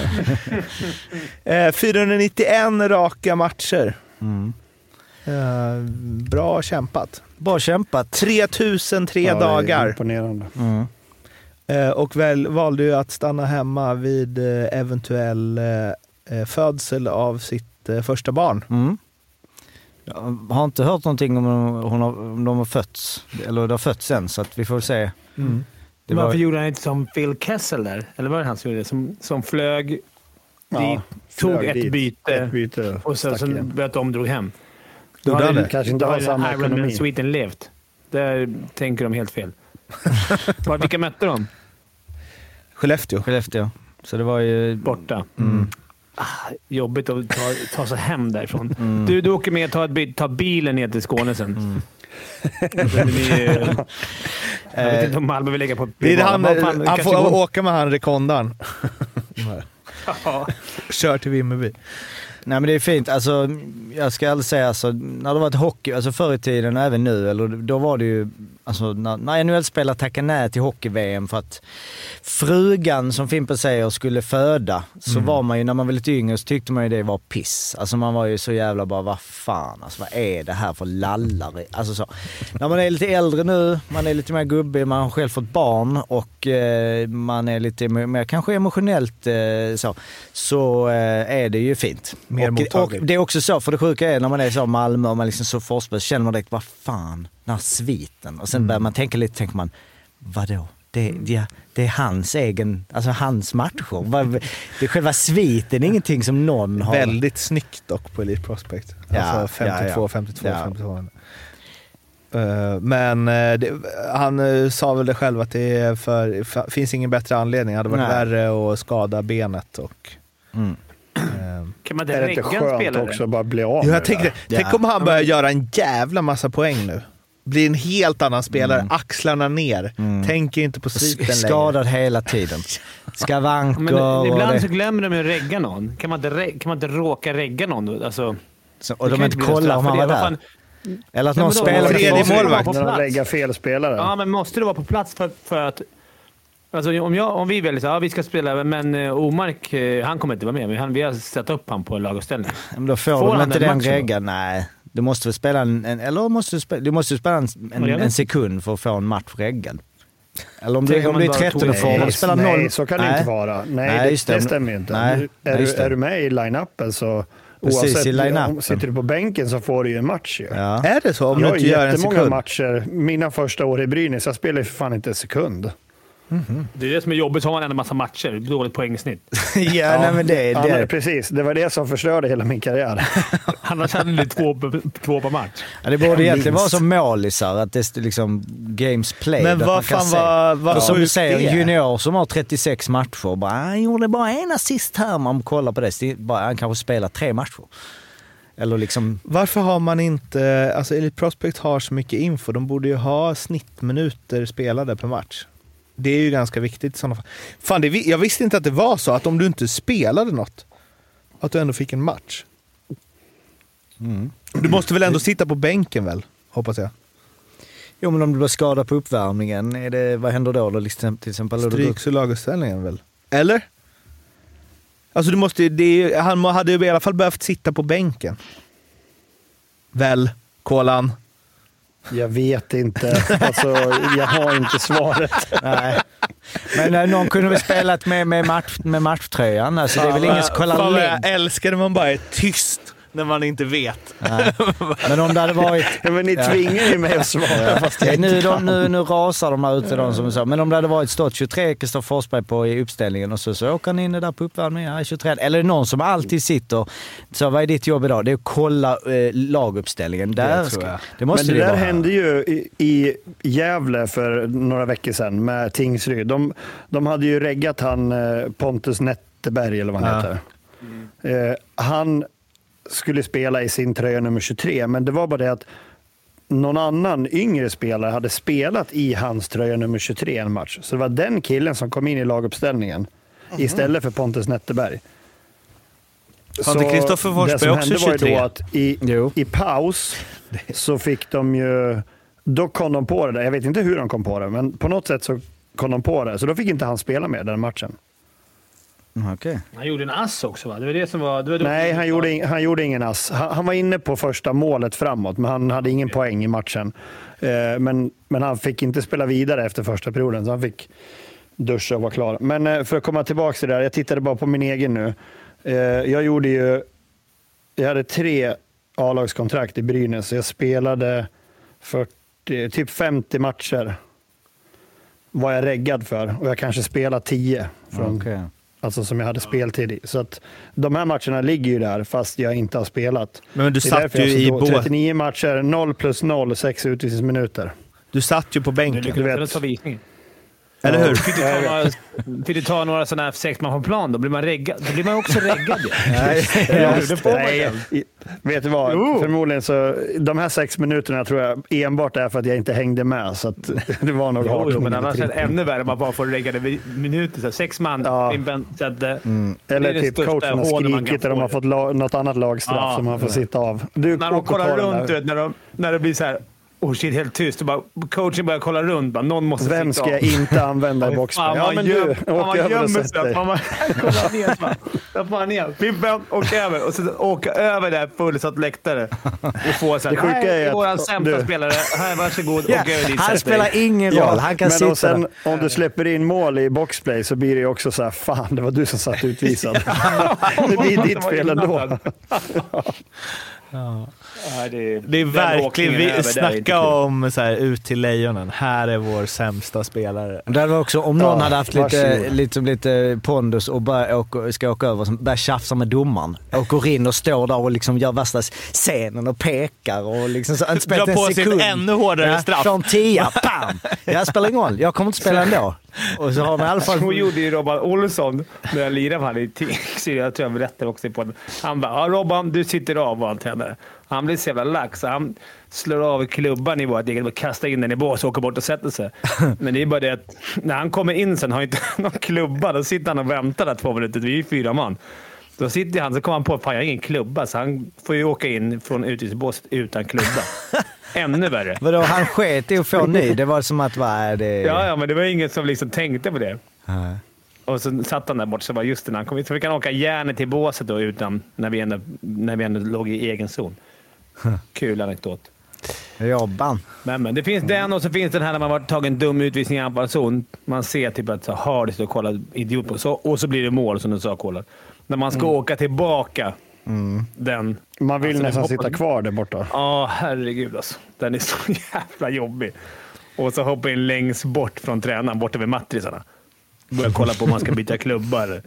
eh, fyrahundranittioen raka matcher. Mm. Eh, bra kämpat. Bra kämpat. tre tusen tre ja, dagar. Imponerande. Mm. Eh, och väl, valde ju att stanna hemma vid eh, eventuell eh, födsel av sitt eh, första barn. Mm. Jag har inte hört någonting om hon har, om de har fötts, eller det har fötts sen, så att vi får se. Mm. Det var... Varför gjorde han inte som Phil Kessel där? Eller var det han som gjorde det? Som, som flög ja, dit, flög tog ett dit. byte, ett byte och sen, sen började de drog hem. Då hade det kanske inte har samma Iron Man Sweden levt. Där tänker de helt fel. Vilka mötte de? Skellefteå. Skellefteå. Så det var ju... Borta. Mm. Ah, jobbigt att ta, ta sig hem därifrån. Mm. Du, du åker med och tar, tar bilen ner till Skåne sen. Mm. vi, jag vet inte om Malmö vill lägga på... Det är han, han, han får går... åka med han Rekondan. Ja. Kör till Vimmerby. Nej, men det är fint. Alltså, jag ska aldrig säga, alltså, när det var ett hockey, alltså förr i tiden och även nu, eller då var det ju, alltså, när, när N H L-spelare tackade nej till hockey-V M för att frugan, som Fimpen säger, skulle föda, så mm. var man ju, när man var lite yngre, så tyckte man ju det var piss. Alltså man var ju så jävla bara, vad fan, alltså vad är det här för lallare? Alltså så. När man är lite äldre nu, man är lite mer gubbig, man har själv fått barn och eh, man är lite mer kanske emotionellt eh, så, så eh, är det ju fint. Och, och det är också så, för det sjuka är när man är så Malmö och man liksom så Forsberg, så känner man direkt, vad fan, den här sviten. Och sen mm. börjar man tänka lite, tänker man, vadå? Det, det, det är hans egen, alltså hans matcher. Det är själva sviten, ingenting som någon har. Väldigt snyggt dock på Elite Prospect. Ja, alltså femtiotvå, ja, ja. femtiotvå, ja. femtiotvå. Uh, men uh, det, han uh, sa väl det själv att det är för, f- finns ingen bättre anledning. Det hade varit Nej. värre att skada benet och... Mm. Kan man inte är det inte skönt också bara bli av jo, jag tänkte, ja. Tänk om han börjar göra en jävla massa poäng nu. Blir en helt annan spelare, mm. axlarna ner. Mm. Tänker inte på sviten längre. Skadad hela tiden. Skavanker. Men ibland så glömmer de ju att regga någon. Kan man inte, re- kan man inte råka regga någon? Alltså, så, och de inte kollar om han var där. Fan, eller att någon spelar tredje målvakt. När de lägger fel spelare. Ja, men måste det vara på plats för, för att... Alltså, om, jag, om vi väljer så, ja, vi ska spela, men uh, Omark, uh, han kommer inte vara med. Men han, vi har satt upp han på en laguppställning. Men då får, får de inte den reggan. Nej, du måste väl spela en, en eller måste du spela, du måste spela en, en, en sekund för att få en match reggad. Eller om du, om du är tretton och får man spela noll. Nej, så kan det nej. inte vara. Nej, nej det, det stämmer ju inte. Nej, är, du, är du med i line-upen så... Precis, oavsett, i line-upen. Sitter du på bänken så får du ju en match. Ju. Ja. Är det så? Om jag du inte gör en sekund? Jag har jättemånga matcher. Mina första år i Brynäs, jag spelar ju för fan inte en sekund. Mm-hmm. Det är det som är jobbigt, så har man en massa matcher. Dåligt poängsnitt. ja, ja. Nej, men det, ja, det. Men precis. Det var det som förstörde hela min karriär. Annars hade det två, två på match. Ja, det borde egentligen vara som målisar, att det är liksom games play. Men vad fan var... vad som du säger, junior som har trettiosex matcher. Bara, han gjorde bara en assist här. Man kollar på det. Bara, han kanske spelar tre matcher. Eller liksom... Varför har man inte... Alltså Elite Prospect har så mycket info. De borde ju ha snittminuter spelade per match. Det är ju ganska viktigt i sådana fall. Fan, det, jag visste inte att det var så att om du inte spelade något, att du ändå fick en match. Mm. Du måste väl ändå sitta på bänken väl, hoppas jag. Jo, men om du blir skadad på uppvärmningen, är det, vad händer då? då liksom, till exempel, stryks och laguppställningen väl? Eller? Alltså du måste, det, han hade ju i alla fall behövt sitta på bänken. Väl, Kolan? Jag vet inte. Alltså, jag har inte svaret. Nej. Men äh, någon kunde väl spelat med, med, match, med matchtröjan. Alltså, det är väl ingen som kollar längd. Jag älskar när man bara är tyst när man inte vet. Nej. Men om det hade varit... Ja, men ni tvingar ju mig att svara. Ja. Fast ja, nu, de, nu, nu rasar de här ute. De som sa. Men om det hade varit stått tjugotre Kristoffer Forsberg på i uppställningen och så, så åker ni in där på uppvärmningen. Ja, tjugotre. Eller någon som alltid sitter. Så vad är ditt jobb idag? Det är att kolla eh, laguppställningen. Där, det tror jag. Det måste men det, det där vara. hände ju i, i Gävle för några veckor sedan med Tingsryd. De, de hade ju reggat han eh, Pontus Netteberg eller vad han ja. heter. Mm. Eh, han skulle spela i sin tröja nummer tjugotre, men det var bara det att någon annan yngre spelare hade spelat i hans tröja nummer tjugotre en match. Så det var den killen som kom in i laguppställningen mm-hmm. istället för Pontus Netterberg. Har inte Kristoffer Forsberg också tjugotre? Det som hände var ju då att i, i paus så fick de ju... Då kom de på det där. Jag vet inte hur de kom på det, men på något sätt så kom de på det. Så då fick inte han spela med den matchen. Okay. Han gjorde en ass också, va? Det var det som var... Det var Nej, han gjorde, han gjorde ingen ass. Han, han var inne på första målet framåt, men han hade ingen poäng i matchen. Eh, men, men han fick inte spela vidare efter första perioden, så han fick duscha och vara klar. Men eh, för att komma tillbaka till det där, jag tittade bara på min egen nu. Eh, jag gjorde ju... Jag hade tre A-lagskontrakt i Brynäs, så jag spelade fyrtio, typ femtio matcher var jag reggad för. Och jag kanske spelade tio från... Okay. Alltså som jag hade speltid i. Så att de här matcherna ligger ju där fast jag inte har spelat. Men du satt ju i båt. trettionio matcher, noll plus noll, sex utvisningsminuter. Du satt ju på bänken. Du vet. Ta visning. Eller hur? Fick du ta några, fick du ta några sådana här sex man på plan, då blir man reggad. Då blir man också reggad. Nej, det får man nej. Vet du vad? Jo. Förmodligen så, de här sex minuterna tror jag enbart är för att jag inte hängde med. Så att det var nog jo, jo, men annars är det ännu värre. Man bara får reggade minuter. Så sex man. Ja. Så att, mm. Eller typ coachen har skrikit och de har fått la, något annat lagstraff ja. som man får sitta av. Du, när de kollar runt, vet, när, de, när det blir så här... Oh shit, helt tyst. Och bara, coachen börjar kolla runt. Bara, någon måste Vem ska jag inte använda i boxplay? Ja, men göm, du, åk över och sätt dig. Man kollar ner. Där får han ner. Pimpen, åk över. Och så åka över där fullsatt läktare. Och få så här, det här är vår sämsta du. spelare. Här, varsågod. Ja, över dit, han spelar dig. ingen roll. Ja, han kan men sitta sen, om du släpper in mål i boxplay så blir det också så här, fan, det var du som satt utvisad. Det blir ditt fel ändå. Ja. Ja, det, är, det är verkligen, vi snackar om så här, ut till lejonen. Här är vår sämsta spelare. Det var också, om någon ja, hade haft lite, lite, lite pondus och bara åka, ska åka över, börjar tjafsa med domaren. Åker in och står där och liksom gör värsta scenen och pekar och liksom så, inte drar på sig ett ännu hårdare ja, straff. Från tia, bam! Jag spelar ingen roll, jag kommer inte spela ändå. Och så har man i alla fall... Hon gjorde ju Robban Olsson när jag lirade med han i Tix. Jag tror jag berättade också på den. Han bara, ja, Robban, du sitter av, var han tränare. Han blir så jävla lax, så han slår av klubban i vårt eget och kastar in den i bås och åker bort och sätter sig. Men det är bara det att när han kommer in sen har han inte någon klubba. Då sitter han och väntar där två minuter. Vi är fyra man. Då sitter han, så kommer han på att fan, jag har ingen klubba. Så han får ju åka in från utvisningsbåset utan klubba. Ännu värre. Vadå, han sket i att få ny? Det var som att, vad är det? Ja, ja, men det var ingen som liksom tänkte på det. Mm. Och så satt han där bort, så var just det när han kom in. Så vi kan åka gärna till båset då, utan, när, vi ändå, när vi ändå låg i egen zon. Kul anekdot. Jobban. Men, men det finns den, och så finns den här när man har tagit en dum utvisning i anfallszon. Man ser typ att så har det stått och kollat idiot på. Så, och så blir det mål, som du sa, kollat. När man ska mm. åka tillbaka. Mm. Den, man vill alltså, nästan sitta kvar där borta. Ja, herregud alltså. Den är så jävla jobbig. Och så hoppa in längst bort från tränaren, borta vid matrisarna. Börja kolla på om man ska byta klubbar.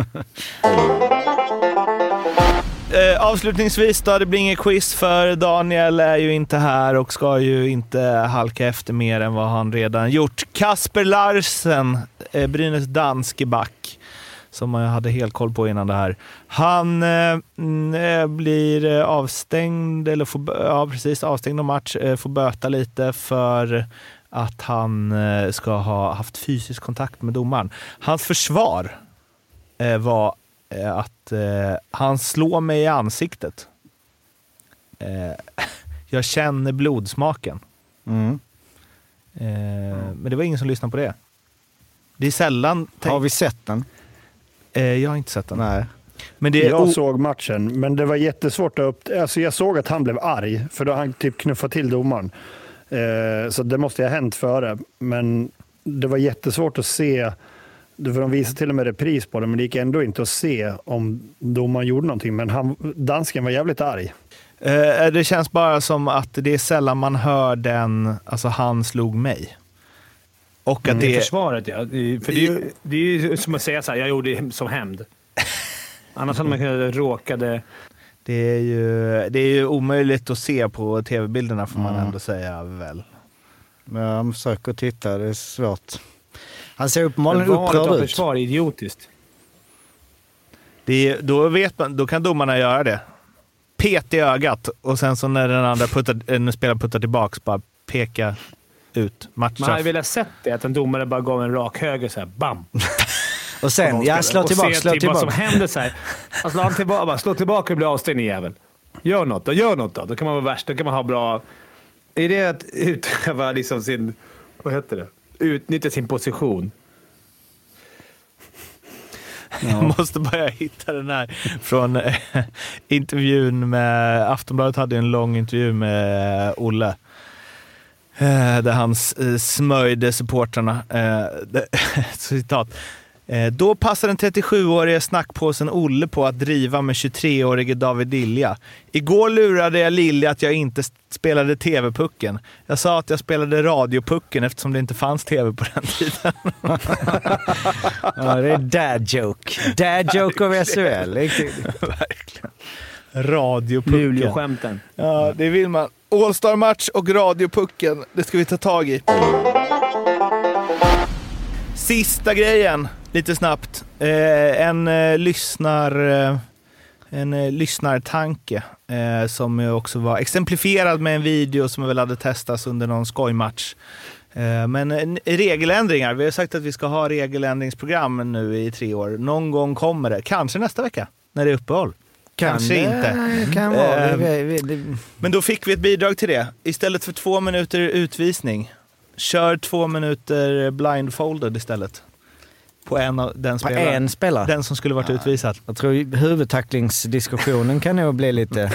Eh, avslutningsvis då, det blir ingen quiz för Daniel är ju inte här och ska ju inte halka efter mer än vad han redan gjort. Kasper Larsen, eh, Brynäs danske back, som jag hade helt koll på innan det här. Han eh, blir avstängd, eller får, ja, precis, avstängd av match, eh, får böta lite för att han eh, ska ha haft fysisk kontakt med domaren. Hans försvar eh, var eh, att eh, han slår mig i ansiktet. Eh, jag känner blodsmaken. Mm. Eh, men det var ingen som lyssnade på det. Det är sällan... Tänk- har vi sett den? Jag har inte sett den. Nej. Men det, jag o- såg matchen, men det var jättesvårt att upp... Alltså jag såg att han blev arg, för då han typ knuffade till domaren. Eh, så det måste ha hänt före. Men det var jättesvårt att se, för de visade till och med repris på det, men det gick ändå inte att se om domaren gjorde någonting. Men han, dansken var jävligt arg. Eh, det känns bara som att det är sällan man hör den, alltså han slog mig. Och att mm. det är försvaret, ja. För det är ju, det är ju som att säga så här, jag gjorde det som hämnd. Annars hade man kunnat råkade... Det är ju det är ju omöjligt att se på tv-bilderna, får man mm. ändå säga väl. Men jag försöker titta, det är svårt. Han ser uppenbarligen upprörd ut. Försvar är idiotiskt. Det är, då vet man, då kan domarna göra det. pet i ögat och sen så när den andra puttar, en spelare puttar tillbaks bara peka ut matchen. Man hade velat sett det, att en domare bara gav en rak höger så här, bam! Och sen, jag slår tillbaka, slår till tillbaka. Vad som händer så här. Han slår tillbaka, bara slå tillbaka och blir avstängd jävel. Gör något då, gör något då. Då kan man vara värst, då kan man ha bra... Är det att utöva liksom sin... Vad heter det? Utnyttja sin position. Ja. Jag måste bara hitta den här från äh, intervjun med... Aftonbladet hade en lång intervju med Olle. Äh, där han äh, smöjde supportrarna. Äh, citat. Då passar den trettiosjuårige snackpåsen Olle på att driva med tjugotreårige David Lilja. Igår lurade jag Lilja att jag inte spelade tv-pucken. Jag sa att jag spelade radiopucken eftersom det inte fanns tv på den tiden. Ja, det är dad joke. Dad joke av S U L. Verkligen. Radiopucken. Luleå-skämten. Ja, det vill man. All-star-match och radiopucken. Det ska vi ta tag i. Sista grejen, lite snabbt. Eh, en eh, lyssnar eh, en eh, lyssnartanke eh, som också var exemplifierad med en video som vi väl hade testats under någon skojmatch. Eh, men eh, regeländringar. Vi har sagt att vi ska ha regeländringsprogram nu i tre år. Någon gång kommer det. Kanske nästa vecka när det är uppehåll. Kanske kan inte. Det, kan vara. Eh, vi, vi, vi, men då fick vi ett bidrag till det. Istället för två minuter utvisning. Kör två minuter blindfolded istället. På en av den på spelaren. en spelare. Den som skulle varit ja. utvisad. Jag tror huvudtacklingsdiskussionen kan nog bli lite...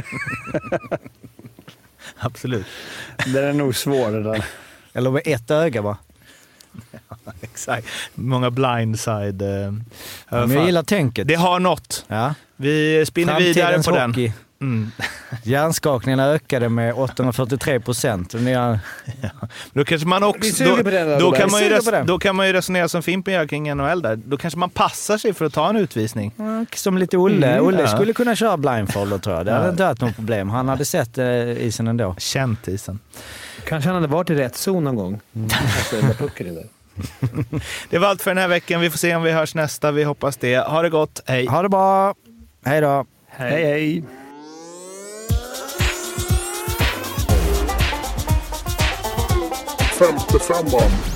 Absolut. Det är nog svår det där. Eller med ett öga va? Ja, exakt. Många blindside. Uh, ja, men jag gillar tänket. Det har något. Ja. Vi spinner vidare på hockey. den. Mm. Hjärnskakningarna ökade med åttahundrafyrtiotre procent. Ja. Då kanske man också då, då, då, kan man ju res, då kan man ju resonera som Fimpen gör kring N H L där. Då kanske man passar sig för att ta en utvisning. Ja, som lite Olle. Mm, Olle ja. skulle kunna köra blindfold tror jag. Det hade ja. inte varit något problem. Han hade sett eh, isen ändå. Känt isen. Kanske han hade varit i rätt zon någon gång. Mm. Det var allt för den här veckan. Vi får se om vi hörs nästa. Vi hoppas det. Ha det gott. Hej. Ha det bra. Hej då. Hej hej. hej. Femte femman.